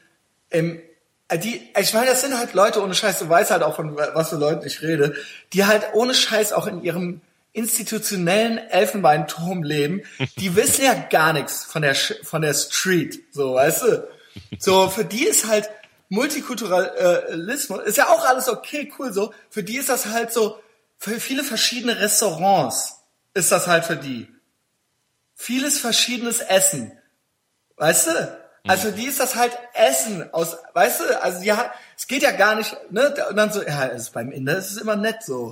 ich meine, das sind halt Leute ohne Scheiß, du weißt halt auch, von was für Leuten ich rede, die halt ohne Scheiß auch in ihrem institutionellen Elfenbeinturm leben, die wissen ja gar nichts von der Street, so, weißt du? So, für die ist halt Multikulturalismus, ist ja auch alles okay, cool so, für die ist das halt so, für viele verschiedene Restaurants ist das halt für die. Vieles verschiedenes Essen, weißt du? Also die ist das halt Essen aus, weißt du, also es geht ja gar nicht, ne, und dann so, beim Inder ist es immer nett so,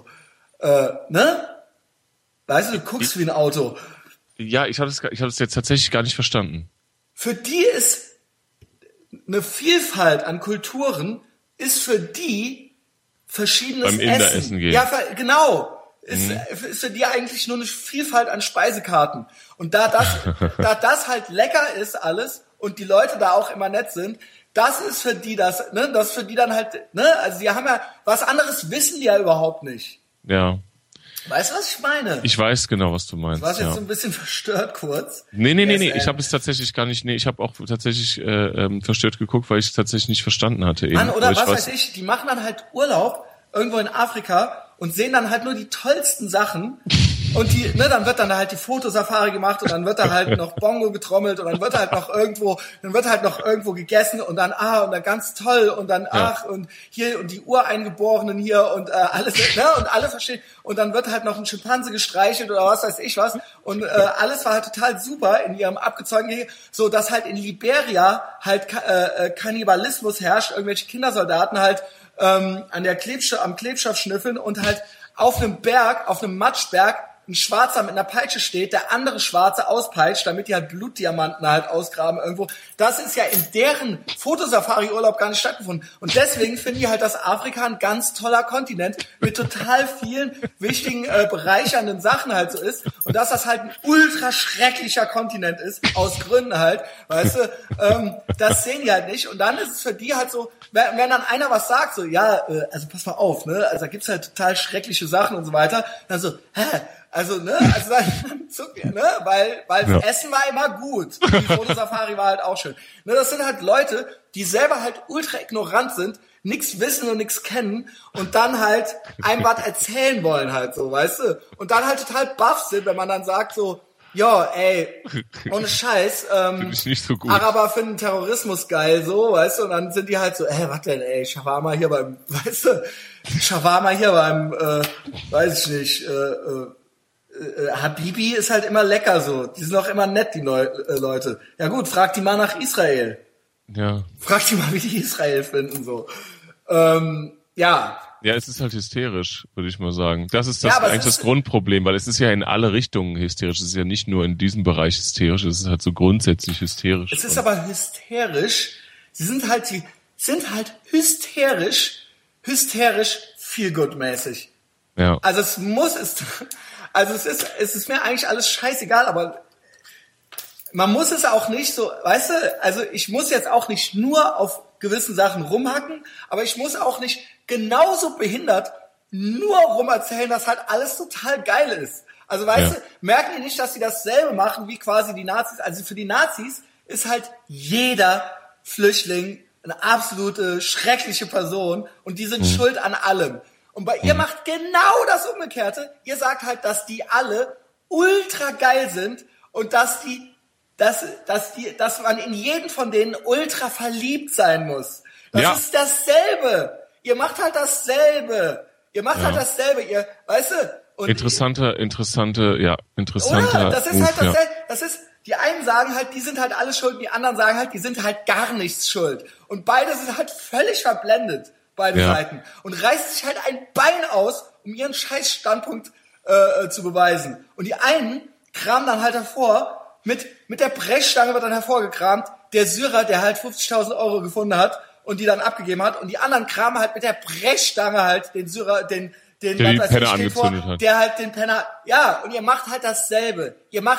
ne? Weißt du, du guckst wie ein Auto. Ja, ich habe es jetzt tatsächlich gar nicht verstanden. Für die ist eine Vielfalt an Kulturen, ist für die verschiedenes beim Inder essen gehen. Ja, genau. Ist für die eigentlich nur eine Vielfalt an Speisekarten. Und da das halt lecker ist alles und die Leute da auch immer nett sind, das ist für die das ist für die dann halt, ne, also die haben ja, was anderes wissen die ja überhaupt nicht. Ja. Weißt du, was ich meine? Ich weiß genau, was du meinst. Du warst jetzt so ein bisschen verstört kurz. Nee. Ich habe es tatsächlich gar nicht, ich habe auch tatsächlich verstört geguckt, weil ich es tatsächlich nicht verstanden hatte. Mann, oder was weiß ich, die machen dann halt Urlaub irgendwo in Afrika und sehen dann halt nur die tollsten Sachen und dann wird dann halt die Fotosafari gemacht und dann wird da halt noch Bongo getrommelt und dann wird halt noch irgendwo gegessen und dann und dann ganz toll und dann und hier und die Ureingeborenen hier und alles, ne, und alle verstehen und dann wird halt noch ein Schimpanse gestreichelt oder was weiß ich was und alles war halt total super in ihrem abgezeugten Gehege, so dass halt in Liberia halt Kannibalismus herrscht, irgendwelche Kindersoldaten halt am Klebstoff schnüffeln und halt auf einem Matschberg, ein Schwarzer mit einer Peitsche steht, der andere Schwarze auspeitscht, damit die halt Blutdiamanten halt ausgraben irgendwo. Das ist ja in deren Fotosafari-Urlaub gar nicht stattgefunden. Und deswegen finden die halt, dass Afrika ein ganz toller Kontinent mit total vielen wichtigen, bereichernden Sachen halt so ist. Und dass das halt ein ultra schrecklicher Kontinent ist, aus Gründen halt, weißt du, das sehen die halt nicht. Und dann ist es für die halt so, wenn dann einer was sagt, so, also pass mal auf, ne, also da gibt's halt total schreckliche Sachen und so weiter, dann so, Also, ne, weil das Essen war immer gut. Die Fotosafari war halt auch schön. Ne, das sind halt Leute, die selber halt ultra ignorant sind, nix wissen und nix kennen und dann halt einem was erzählen wollen halt so, weißt du? Und dann halt total baff sind, wenn man dann sagt so, ja, ey, ohne Scheiß, Finde ich nicht so gut. Araber finden Terrorismus geil, so, weißt du, und dann sind die halt so, was denn, ey, Shawarma hier beim, weiß ich nicht, Habibi ist halt immer lecker so, die sind auch immer nett, die Leute. Ja gut, frag die mal nach Israel. Ja. Frag die mal, wie die Israel finden, so. Ja. Ja, es ist halt hysterisch, würde ich mal sagen. Das ist eigentlich das Grundproblem, weil es ist ja in alle Richtungen hysterisch. Es ist ja nicht nur in diesem Bereich hysterisch, es ist halt so grundsätzlich hysterisch. Es ist aber hysterisch. Sie sind halt hysterisch Feel-Good-mäßig. Ja. Also es ist mir eigentlich alles scheißegal, aber man muss es auch nicht so, weißt du, also ich muss jetzt auch nicht nur auf gewissen Sachen rumhacken, aber ich muss auch nicht genauso behindert nur rumerzählen, dass halt alles total geil ist. Also weißt du, merken die nicht, dass sie dasselbe machen wie quasi die Nazis? Also für die Nazis ist halt jeder Flüchtling eine absolute schreckliche Person und die sind schuld an allem. Und bei ihr macht genau das Umgekehrte. Ihr sagt halt, dass die alle ultra geil sind und dass man in jeden von denen ultra verliebt sein muss. Das ist dasselbe. Ihr macht halt dasselbe. Ihr, weißt du? Und Interessanter. Oder? Das ist halt dasselbe. Das ist, die einen sagen halt, die sind halt alle schuld, und die anderen sagen halt, die sind halt gar nichts schuld. Und beide sind halt völlig verblendet, beide Seiten. Und reißen sich halt ein Bein aus, um ihren scheiß Standpunkt zu beweisen. Und die einen kramen dann halt hervor, mit der Brechstange wird dann hervorgekramt, der Syrer, der halt 50.000 Euro gefunden hat und die dann abgegeben hat. Und die anderen kramen halt mit der Brechstange halt den Syrer, den Penner angezündet hat. Der halt den Penner, und ihr macht halt dasselbe.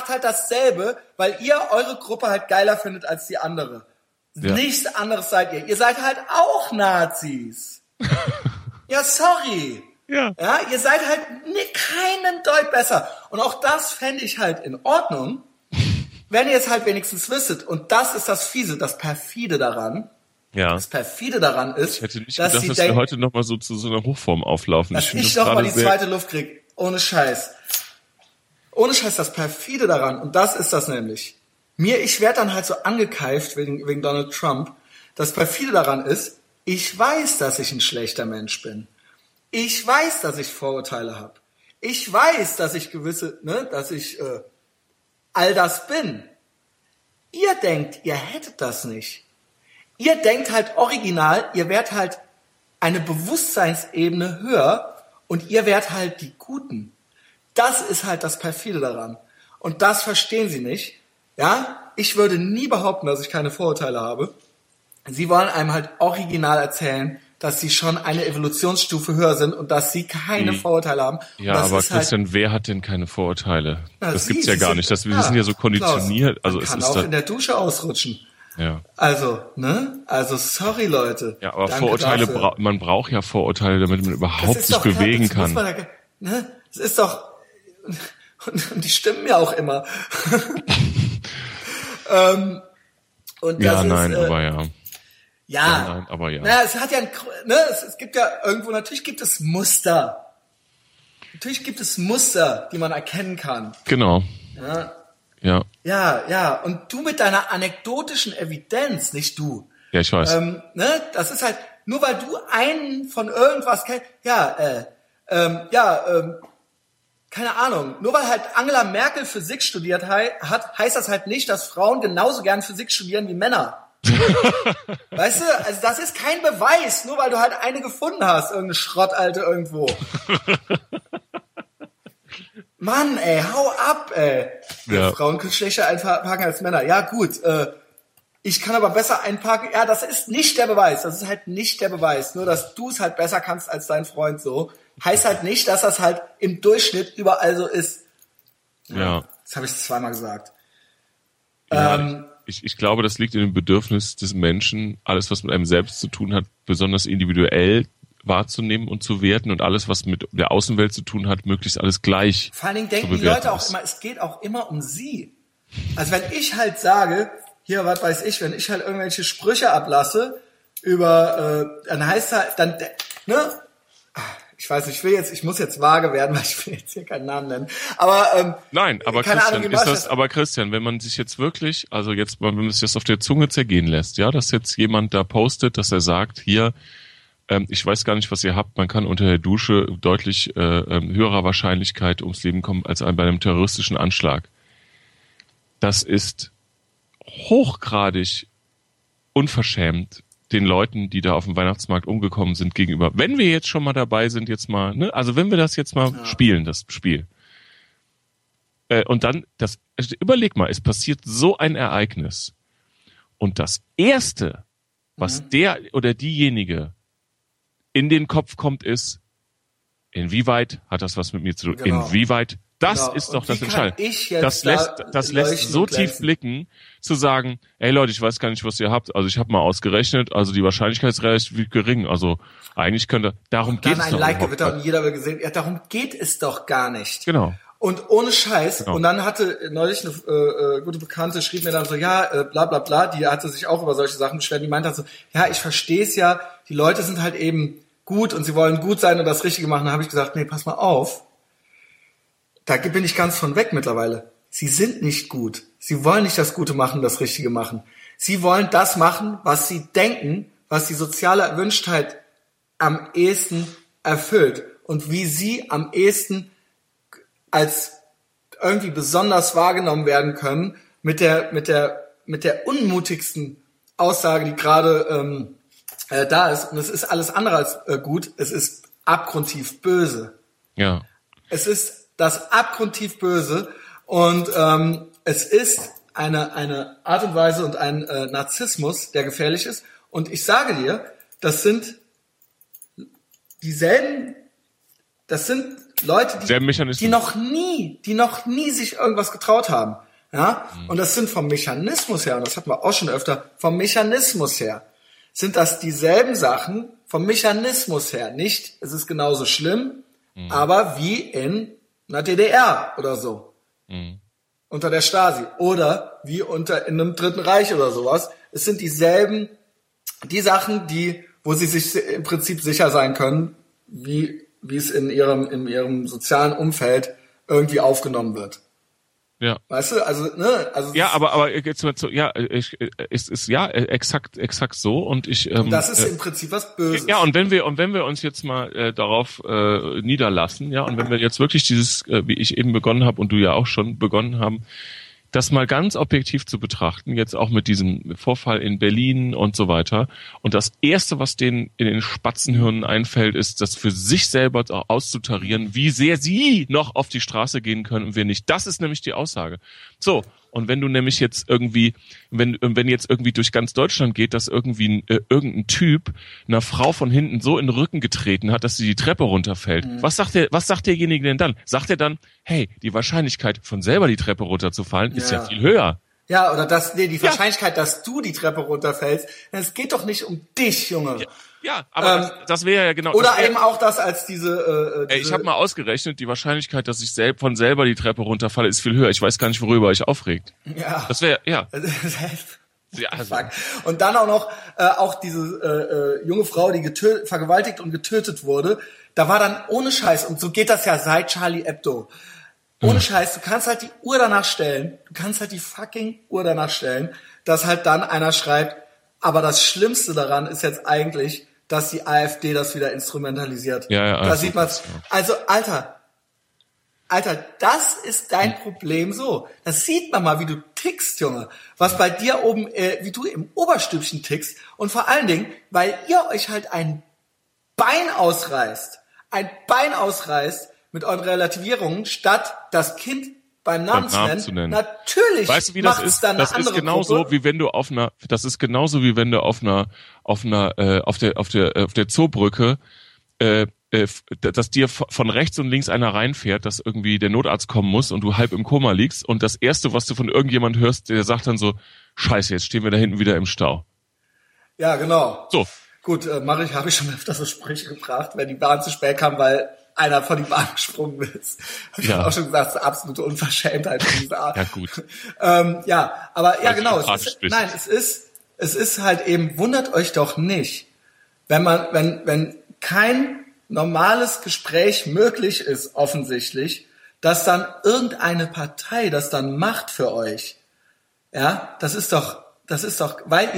Weil ihr eure Gruppe halt geiler findet als die andere. Ja. Nichts anderes seid ihr. Ihr seid halt auch Nazis. Ja, sorry. Ja, ihr seid halt keinen Deut besser. Und auch das fände ich halt in Ordnung, wenn ihr es halt wenigstens wisstet. Und das ist das Fiese, das Perfide daran. Ja. Das Perfide daran ist, ich hätte nicht gedacht, dass wir heute nochmal so zu so einer Hochform auflaufen. Dass ich nochmal die zweite Luft krieg. Ohne Scheiß. Ohne Scheiß, das Perfide daran. Und das ist das nämlich. Ich werde dann halt so angekeift wegen Donald Trump. Das Perfide daran ist, ich weiß, dass ich ein schlechter Mensch bin. Ich weiß, dass ich Vorurteile habe. Ich weiß, dass ich dass ich all das bin. Ihr denkt, ihr hättet das nicht. Ihr denkt halt original, ihr wärt halt eine Bewusstseinsebene höher und ihr wärt halt die Guten. Das ist halt das Perfide daran. Und das verstehen sie nicht. Ja, ich würde nie behaupten, dass ich keine Vorurteile habe. Sie wollen einem halt original erzählen, dass sie schon eine Evolutionsstufe höher sind und dass sie keine Vorurteile haben. Ja, aber Christian, halt, wer hat denn keine Vorurteile? Das gibt's ja gar nicht. Wir sind ja so konditioniert. Klaus, man kann auch in der Dusche ausrutschen. Ja. Also, sorry, Leute. Ja, aber Vorurteile, man braucht ja Vorurteile, damit man überhaupt sich bewegen kann. Das ist doch, und die stimmen ja auch immer. Und das aber ja. Ja, nein, aber ja. Naja, es hat ja es gibt ja irgendwo, natürlich gibt es Muster. Natürlich gibt es Muster, die man erkennen kann. Genau. Ja. Ja, und du mit deiner anekdotischen Evidenz, nicht du. Ja, ich weiß. Das ist halt, nur weil du einen von irgendwas kennst, keine Ahnung, nur weil halt Angela Merkel Physik studiert hat, heißt das halt nicht, dass Frauen genauso gern Physik studieren wie Männer. Weißt du, also das ist kein Beweis, nur weil du halt eine gefunden hast, irgendeine Schrottalte irgendwo. Mann, ey, hau ab, ey. Ja. Frauen können schlechter einparken als Männer. Ja, gut, ich kann aber besser einparken. Ja, das ist nicht der Beweis. Das ist halt nicht der Beweis. Nur, dass du es halt besser kannst als dein Freund so. Heißt halt nicht, dass das halt im Durchschnitt überall so ist. Ja. Das habe ich zweimal gesagt. Ja, ich glaube, das liegt in dem Bedürfnis des Menschen, alles, was mit einem selbst zu tun hat, besonders individuell wahrzunehmen und zu werten und alles, was mit der Außenwelt zu tun hat, möglichst alles gleich. Vor allen Dingen denken die Leute auch immer, es geht auch immer um sie. Also wenn ich halt sage, hier, was weiß ich, wenn ich halt irgendwelche Sprüche ablasse über, dann heißt halt, dann, ne? Ich weiß nicht, ich muss jetzt vage werden, weil ich will jetzt hier keinen Namen nennen. Aber nein, aber Christian, Christian, wenn man sich jetzt wirklich, also jetzt, wenn man sich das auf der Zunge zergehen lässt, ja, dass jetzt jemand da postet, dass er sagt, hier, ich weiß gar nicht, was ihr habt, man kann unter der Dusche deutlich höherer Wahrscheinlichkeit ums Leben kommen als bei einem terroristischen Anschlag. Das ist hochgradig unverschämt den Leuten, die da auf dem Weihnachtsmarkt umgekommen sind, gegenüber. Wenn wir jetzt schon mal dabei sind, jetzt mal, ne, also wenn wir das jetzt mal spielen, das Spiel. Und dann, überleg mal, es passiert so ein Ereignis. Und das Erste, was der oder diejenige in den Kopf kommt, ist, inwieweit hat das was mit mir zu tun? Genau. Inwieweit? Das ist doch das Entscheidende. Das lässt so tief blicken, zu sagen, ey Leute, ich weiß gar nicht, was ihr habt. Also ich habe mal ausgerechnet, also die Wahrscheinlichkeit ist relativ gering. Also eigentlich darum geht es doch. Dann ein Like gewittert und jeder will gesehen. Ja, darum geht es doch gar nicht. Genau. Und ohne Scheiß. Genau. Und dann hatte neulich eine gute Bekannte, schrieb mir dann so, ja, bla bla bla, die hatte sich auch über solche Sachen beschwert. Die meinte dann so, ja, ich verstehe es ja, die Leute sind halt eben gut und sie wollen gut sein und das Richtige machen. Da habe ich gesagt, nee, pass mal auf. Da bin ich ganz von weg mittlerweile. Sie sind nicht gut. Sie wollen nicht das Gute machen, das Richtige machen. Sie wollen das machen, was sie denken, was die soziale Erwünschtheit am ehesten erfüllt und wie sie am ehesten als irgendwie besonders wahrgenommen werden können mit der unmutigsten Aussage, die gerade da ist. Und es ist alles andere als gut. Es ist abgrundtief böse. Ja. Es ist das abgrundtief Böse und es ist eine Art und Weise und ein Narzissmus, der gefährlich ist. Und ich sage dir, das sind Leute, die noch nie sich irgendwas getraut haben. Ja? Und das sind vom Mechanismus her, und das hatten wir auch schon öfter, vom Mechanismus her, sind das dieselben Sachen vom Mechanismus her. Nicht, es ist genauso schlimm, aber wie in einer DDR oder so. Unter der Stasi. Oder wie in einem Dritten Reich oder sowas. Es sind dieselben, die Sachen, wo sie sich im Prinzip sicher sein können, wie es in ihrem sozialen Umfeld irgendwie aufgenommen wird. Ja. Weißt du, also, ne, also. Ja, aber jetzt mal so, ja, es ist ja exakt so und ich. Und das ist im Prinzip was Böses. Ja, und wenn wir uns jetzt mal darauf niederlassen, ja, und wenn wir jetzt wirklich dieses, wie ich eben begonnen habe und du ja auch schon begonnen haben, das mal ganz objektiv zu betrachten, jetzt auch mit diesem Vorfall in Berlin und so weiter. Und das Erste, was denen in den Spatzenhirnen einfällt, ist, das für sich selber auch auszutarieren, wie sehr sie noch auf die Straße gehen können und wir nicht. Das ist nämlich die Aussage. So, und wenn du nämlich jetzt irgendwie, wenn jetzt irgendwie durch ganz Deutschland geht, dass irgendwie irgendein Typ einer Frau von hinten so in den Rücken getreten hat, dass sie die Treppe runterfällt, was sagt derjenige denn dann? Sagt er dann, hey, die Wahrscheinlichkeit von selber die Treppe runterzufallen ist ja viel höher. Ja, oder die Wahrscheinlichkeit, dass du die Treppe runterfällst, es geht doch nicht um dich, Junge. Ja, aber das wäre ja genau. Oder eben auch das als diese ich habe mal ausgerechnet, die Wahrscheinlichkeit, dass ich von selber die Treppe runterfalle, ist viel höher. Ich weiß gar nicht, worüber ich aufregt. Ja. Das wäre, ja. Ja, also. Und dann auch noch auch diese junge Frau, die vergewaltigt und getötet wurde. Da war dann ohne Scheiß, und so geht das ja seit Charlie Hebdo. Ohne Scheiß, du kannst halt die Uhr danach stellen, die fucking Uhr danach stellen, dass halt dann einer schreibt, aber das Schlimmste daran ist jetzt eigentlich, dass die AfD das wieder instrumentalisiert. Ja, da sieht man's. Also, Alter, das ist dein Problem so. Das sieht man mal, wie du tickst, Junge. Was bei dir oben, wie du im Oberstübchen tickst. Und vor allen Dingen, weil ihr euch halt ein Bein ausreißt mit euren Relativierungen, statt das Kind beim Namen zu nennen. Natürlich. Weißt du, wie das ist? Das ist genauso, wie wenn du auf der Zoobrücke, dass dir von rechts und links einer reinfährt, dass irgendwie der Notarzt kommen muss und du halb im Koma liegst und das Erste, was du von irgendjemand hörst, der sagt dann so, Scheiße, jetzt stehen wir da hinten wieder im Stau. Ja, genau. So. Gut, habe ich schon öfter so Sprüche gebracht, wenn die Bahn zu spät kam, weil einer von die Bahn gesprungen ist. Habe ich auch schon gesagt, das ist eine absolute Unverschämtheit von dieser Art. Ja, gut. Aber ja, genau. Es ist halt eben, wundert euch doch nicht, wenn kein normales Gespräch möglich ist, offensichtlich, dass dann irgendeine Partei das dann macht für euch. Ja, das ist doch, weil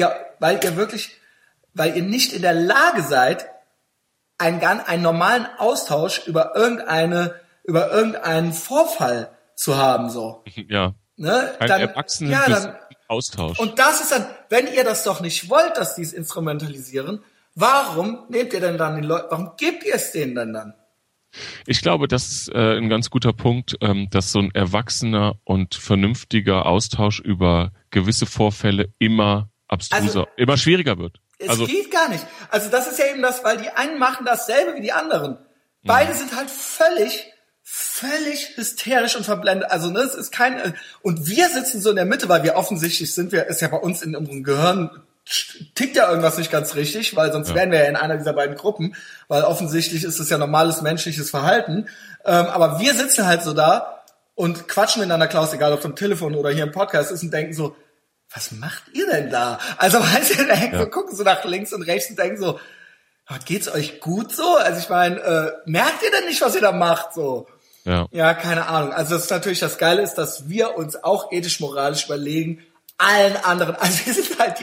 ihr nicht in der Lage seid, einen normalen Austausch über irgendeinen Vorfall zu haben, so. Ja. Ne? Ein erwachsenen Austausch. Und das ist dann, wenn ihr das doch nicht wollt, dass die es instrumentalisieren, warum nehmt ihr denn dann den Leuten, warum gebt ihr es denen denn dann? Ich glaube, das ist ein ganz guter Punkt, dass so ein erwachsener und vernünftiger Austausch über gewisse Vorfälle immer abstruser, immer schwieriger wird. Es geht gar nicht. Also das ist ja eben das, weil die einen machen dasselbe wie die anderen. Beide sind halt völlig hysterisch und verblendet. Also ne, es ist und wir sitzen so in der Mitte, weil wir offensichtlich ist ja bei uns in unserem Gehirn tickt ja irgendwas nicht ganz richtig, weil sonst wären wir ja in einer dieser beiden Gruppen, weil offensichtlich ist es ja normales menschliches Verhalten. Aber wir sitzen halt so da und quatschen miteinander, Klaus, egal ob vom Telefon oder hier im Podcast ist, und denken so, was macht ihr denn da? Also weißt du, so, gucken so nach links und rechts und denken so, geht's euch gut so? Also ich meine, merkt ihr denn nicht, was ihr da macht so? Ja, keine Ahnung. Also das ist natürlich das Geile ist, dass wir uns auch ethisch-moralisch überlegen, allen anderen, also wir sind halt die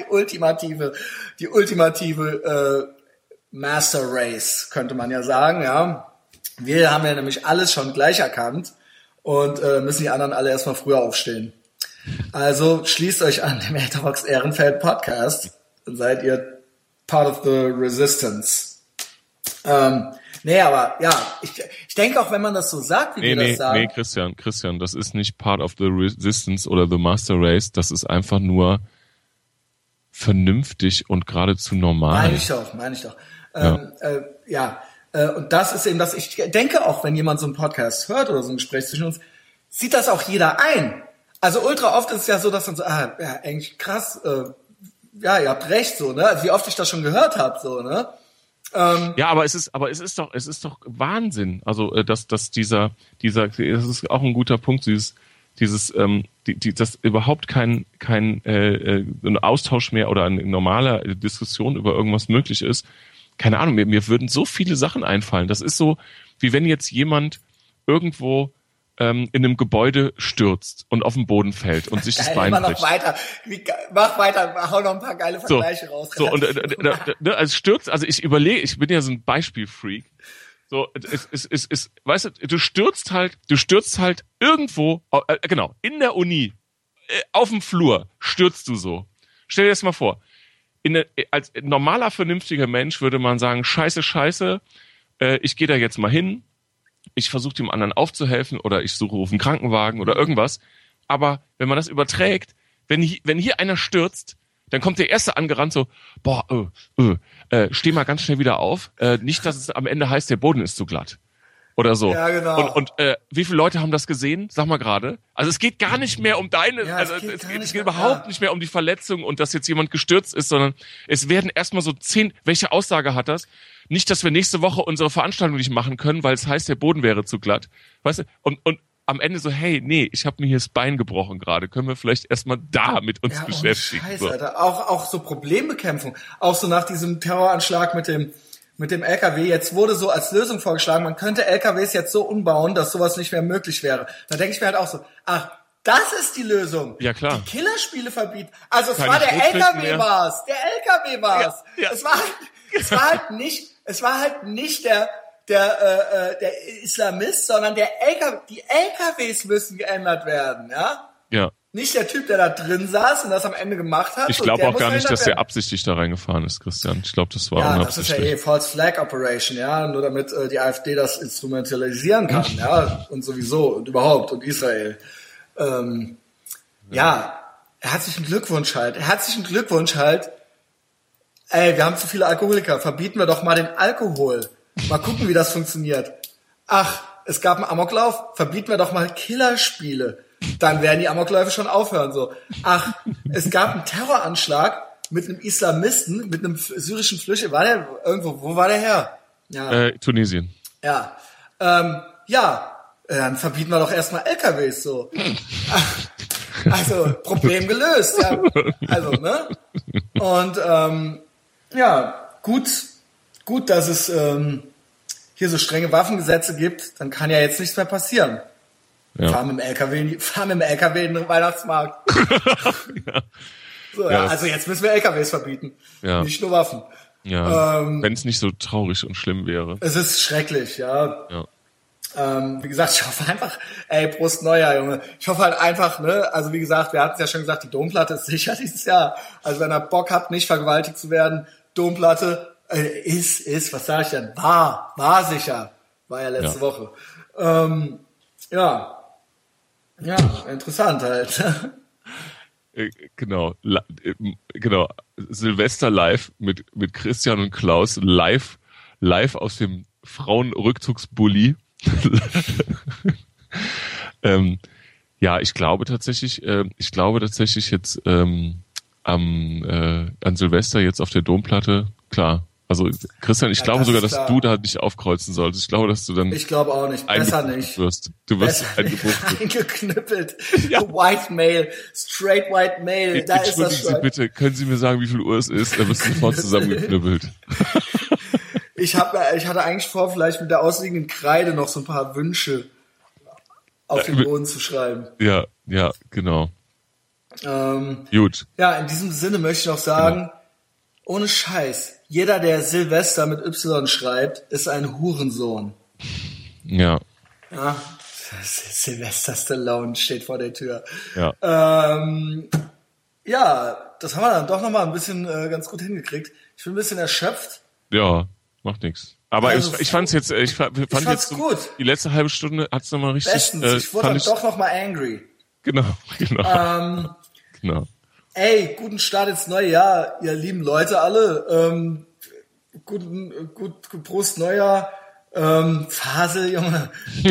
ultimative Master Race, könnte man ja sagen, ja. Wir haben ja nämlich alles schon gleich erkannt und müssen die anderen alle erstmal früher aufstehen. Also schließt euch an dem Etherbox Ehrenfeld Podcast, dann seid ihr part of the resistance. Aber ja, ich denke auch, wenn man das so sagt, wie wir das sagen. Nee, Christian, das ist nicht part of the resistance oder the master race, das ist einfach nur vernünftig und geradezu normal. Meine ich doch. Und das ist eben das, ich denke auch, wenn jemand so einen Podcast hört oder so ein Gespräch zwischen uns, sieht das auch jeder ein. Also ultra oft ist es ja so, dass dann so, eigentlich krass, ihr habt recht, so, ne? Also wie oft ich das schon gehört habe, so, ne? Ja, aber es ist doch Wahnsinn. Also, dass dieser, das ist auch ein guter Punkt, dass überhaupt kein ein Austausch mehr oder eine normale Diskussion über irgendwas möglich ist. Keine Ahnung, mir würden so viele Sachen einfallen. Das ist so, wie wenn jetzt jemand irgendwo in einem Gebäude stürzt und auf den Boden fällt und sich das Bein bricht. Mach weiter, hau noch ein paar geile Vergleiche raus. So, und also stürzt, also ich bin ja so ein Beispielfreak. So, weißt du, du stürzt halt irgendwo, genau, in der Uni, auf dem Flur stürzt du so. Stell dir das mal vor. Als normaler, vernünftiger Mensch würde man sagen, scheiße, ich gehe da jetzt mal hin, ich versuche dem anderen aufzuhelfen oder ich rufe einen Krankenwagen oder irgendwas. Aber wenn man das überträgt, wenn hier einer stürzt, dann kommt der Erste angerannt so, steh mal ganz schnell wieder auf. Nicht, dass es am Ende heißt, der Boden ist zu glatt. Oder so. Ja, genau. Und wie viele Leute haben das gesehen? Sag mal gerade. Also es geht gar nicht mehr um es geht überhaupt nicht mehr um die Verletzung und dass jetzt jemand gestürzt ist, sondern es werden erstmal so 10, welche Aussage hat das? Nicht, dass wir nächste Woche unsere Veranstaltung nicht machen können, weil es heißt, der Boden wäre zu glatt. Weißt du? Und am Ende so, hey, nee, ich habe mir hier das Bein gebrochen gerade. Können wir vielleicht erstmal da mit uns beschäftigen? Scheiße, so. Alter. Auch so Problembekämpfung. Auch so nach diesem Terroranschlag mit dem LKW. Jetzt wurde so als Lösung vorgeschlagen, man könnte LKWs jetzt so umbauen, dass sowas nicht mehr möglich wäre. Da denke ich mir halt auch so, das ist die Lösung. Ja, klar. Die Killerspiele verbieten. Also es war der LKW war's. Der LKW war's. Ja. Es war halt nicht der Islamist, sondern die LKWs müssen geändert werden, ja? Ja. Nicht der Typ, der da drin saß und das am Ende gemacht hat. Ich glaube auch gar nicht, dass der absichtlich da reingefahren ist, Christian. Ich glaube, das war unabsichtlich. Das ist ja False Flag Operation, ja, nur damit die AfD das instrumentalisieren kann, ja, und sowieso und überhaupt und Israel. Herzlichen Glückwunsch halt. Ey, wir haben zu viele Alkoholiker. Verbieten wir doch mal den Alkohol. Mal gucken, wie das funktioniert. Ach, es gab einen Amoklauf. Verbieten wir doch mal Killerspiele. Dann werden die Amokläufe schon aufhören, so. Ach, es gab einen Terroranschlag. mit einem Islamisten, mit einem syrischen Flüchtling, war der irgendwo, wo war der her? Ja. Tunesien. Ja. Dann verbieten wir doch erstmal LKWs so. Also, Problem gelöst, ja. Also, ne? Und gut, dass es hier so strenge Waffengesetze gibt, dann kann ja jetzt nichts mehr passieren. Ja. Fahren mit dem LKW in den Weihnachtsmarkt. Ja. So, ja, also jetzt müssen wir LKWs verbieten, nicht nur Waffen. Ja, wenn es nicht so traurig und schlimm wäre. Es ist schrecklich, ja. Wie gesagt, ich hoffe einfach, Prost Neujahr, Junge. Ich hoffe halt einfach, ne, also wie gesagt, wir hatten es ja schon gesagt, die Domplatte ist sicher dieses Jahr. Also wenn er Bock hat, nicht vergewaltigt zu werden, Domplatte ist, was sage ich denn, war sicher. War ja letzte Woche. Interessant halt. Genau. Silvester live mit Christian und Klaus live aus dem Frauenrückzugsbully. Ich glaube tatsächlich jetzt an Silvester jetzt auf der Domplatte, klar. Also Christian, ich glaube sogar, dass du da nicht aufkreuzen solltest. Ich glaube, dass du dann ich glaube auch nicht, besser nicht. Du wirst eingeknüppelt. Ja. White Male, straight white male, da ist das schon. Sie bitte, können Sie mir sagen, wie viel Uhr es ist? Da wirst du sofort zusammengeknüppelt. Ich hatte eigentlich vor, vielleicht mit der ausliegenden Kreide noch so ein paar Wünsche auf den Boden zu schreiben. Ja, genau. Gut. Ja, in diesem Sinne möchte ich noch sagen, ohne Scheiß, jeder, der Silvester mit Y schreibt, ist ein Hurensohn. Ja. Ja, Sylvester Stallone steht vor der Tür. Ja. Das haben wir dann doch nochmal ein bisschen ganz gut hingekriegt. Ich bin ein bisschen erschöpft. Ja, macht nichts. Aber also, ich fand's jetzt gut. Die letzte halbe Stunde hat's nochmal richtig. Bestens, ich wurde dann doch nochmal angry. Genau. Genau. Guten Start ins neue Jahr, ihr lieben Leute alle. Prost Neujahr. Fasel, Junge.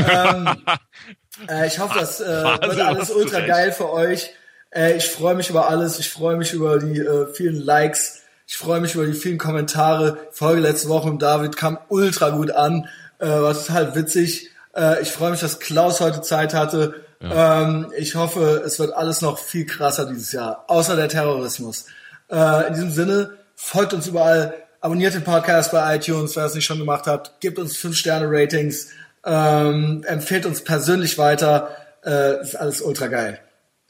Ich hoffe, das wird alles ultra geil für euch. Ich freue mich über alles. Ich freue mich über die vielen Likes. Ich freue mich über die vielen Kommentare. Die Folge letzte Woche mit David kam ultra gut an. War total witzig. Ich freue mich, dass Klaus heute Zeit hatte. Ja. Ich hoffe, es wird alles noch viel krasser dieses Jahr. Außer der Terrorismus. In diesem Sinne, folgt uns überall. Abonniert den Podcast bei iTunes, wer es nicht schon gemacht hat. Gebt uns 5-Sterne-Ratings. Empfehlt uns persönlich weiter. Ist alles ultra geil.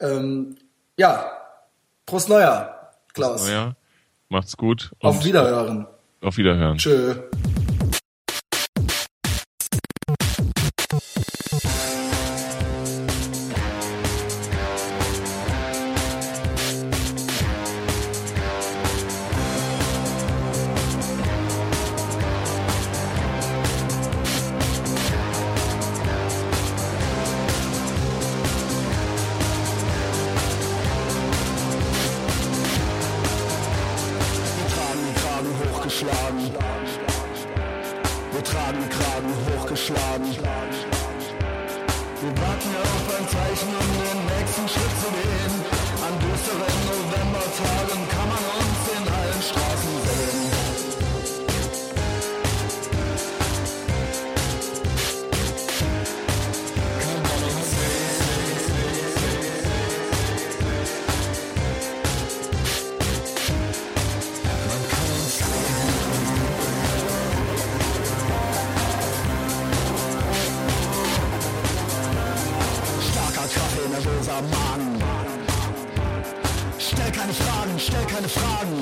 Prost Neujahr, Klaus. Prost Neujahr. Macht's gut. Auf Wiederhören. Auf Wiederhören. Tschö. Wir tragen Kragen hochgeschlagen. Wir warten auf ein Zeichen, um den nächsten Schritt zu gehen. An düsteren Novembertagen kann man uns in allen Straßen sehen. Kann man uns Kaffee, nervöser Magen. Stell keine Fragen, stell keine Fragen.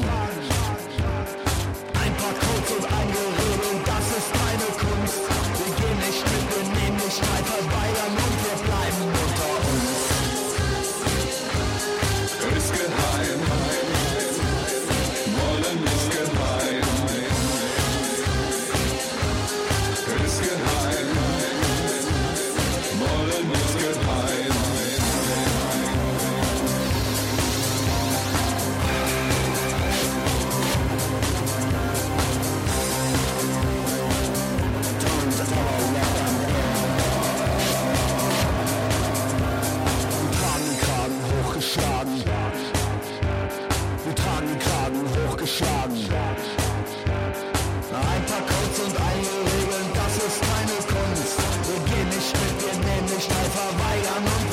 Ein paar Codes und ein Gerede, das ist meine Kunst. Wir gehen nicht mit, wir nehmen nicht teil, verweigern und wir bleiben unter uns. Ist geheim, wollen ist geheim. Ist geheim, wollen ist geheim. und einige Regeln, das ist keine Kunst. Wir gehen nicht mit, wir nehmen nicht teil, verweigern uns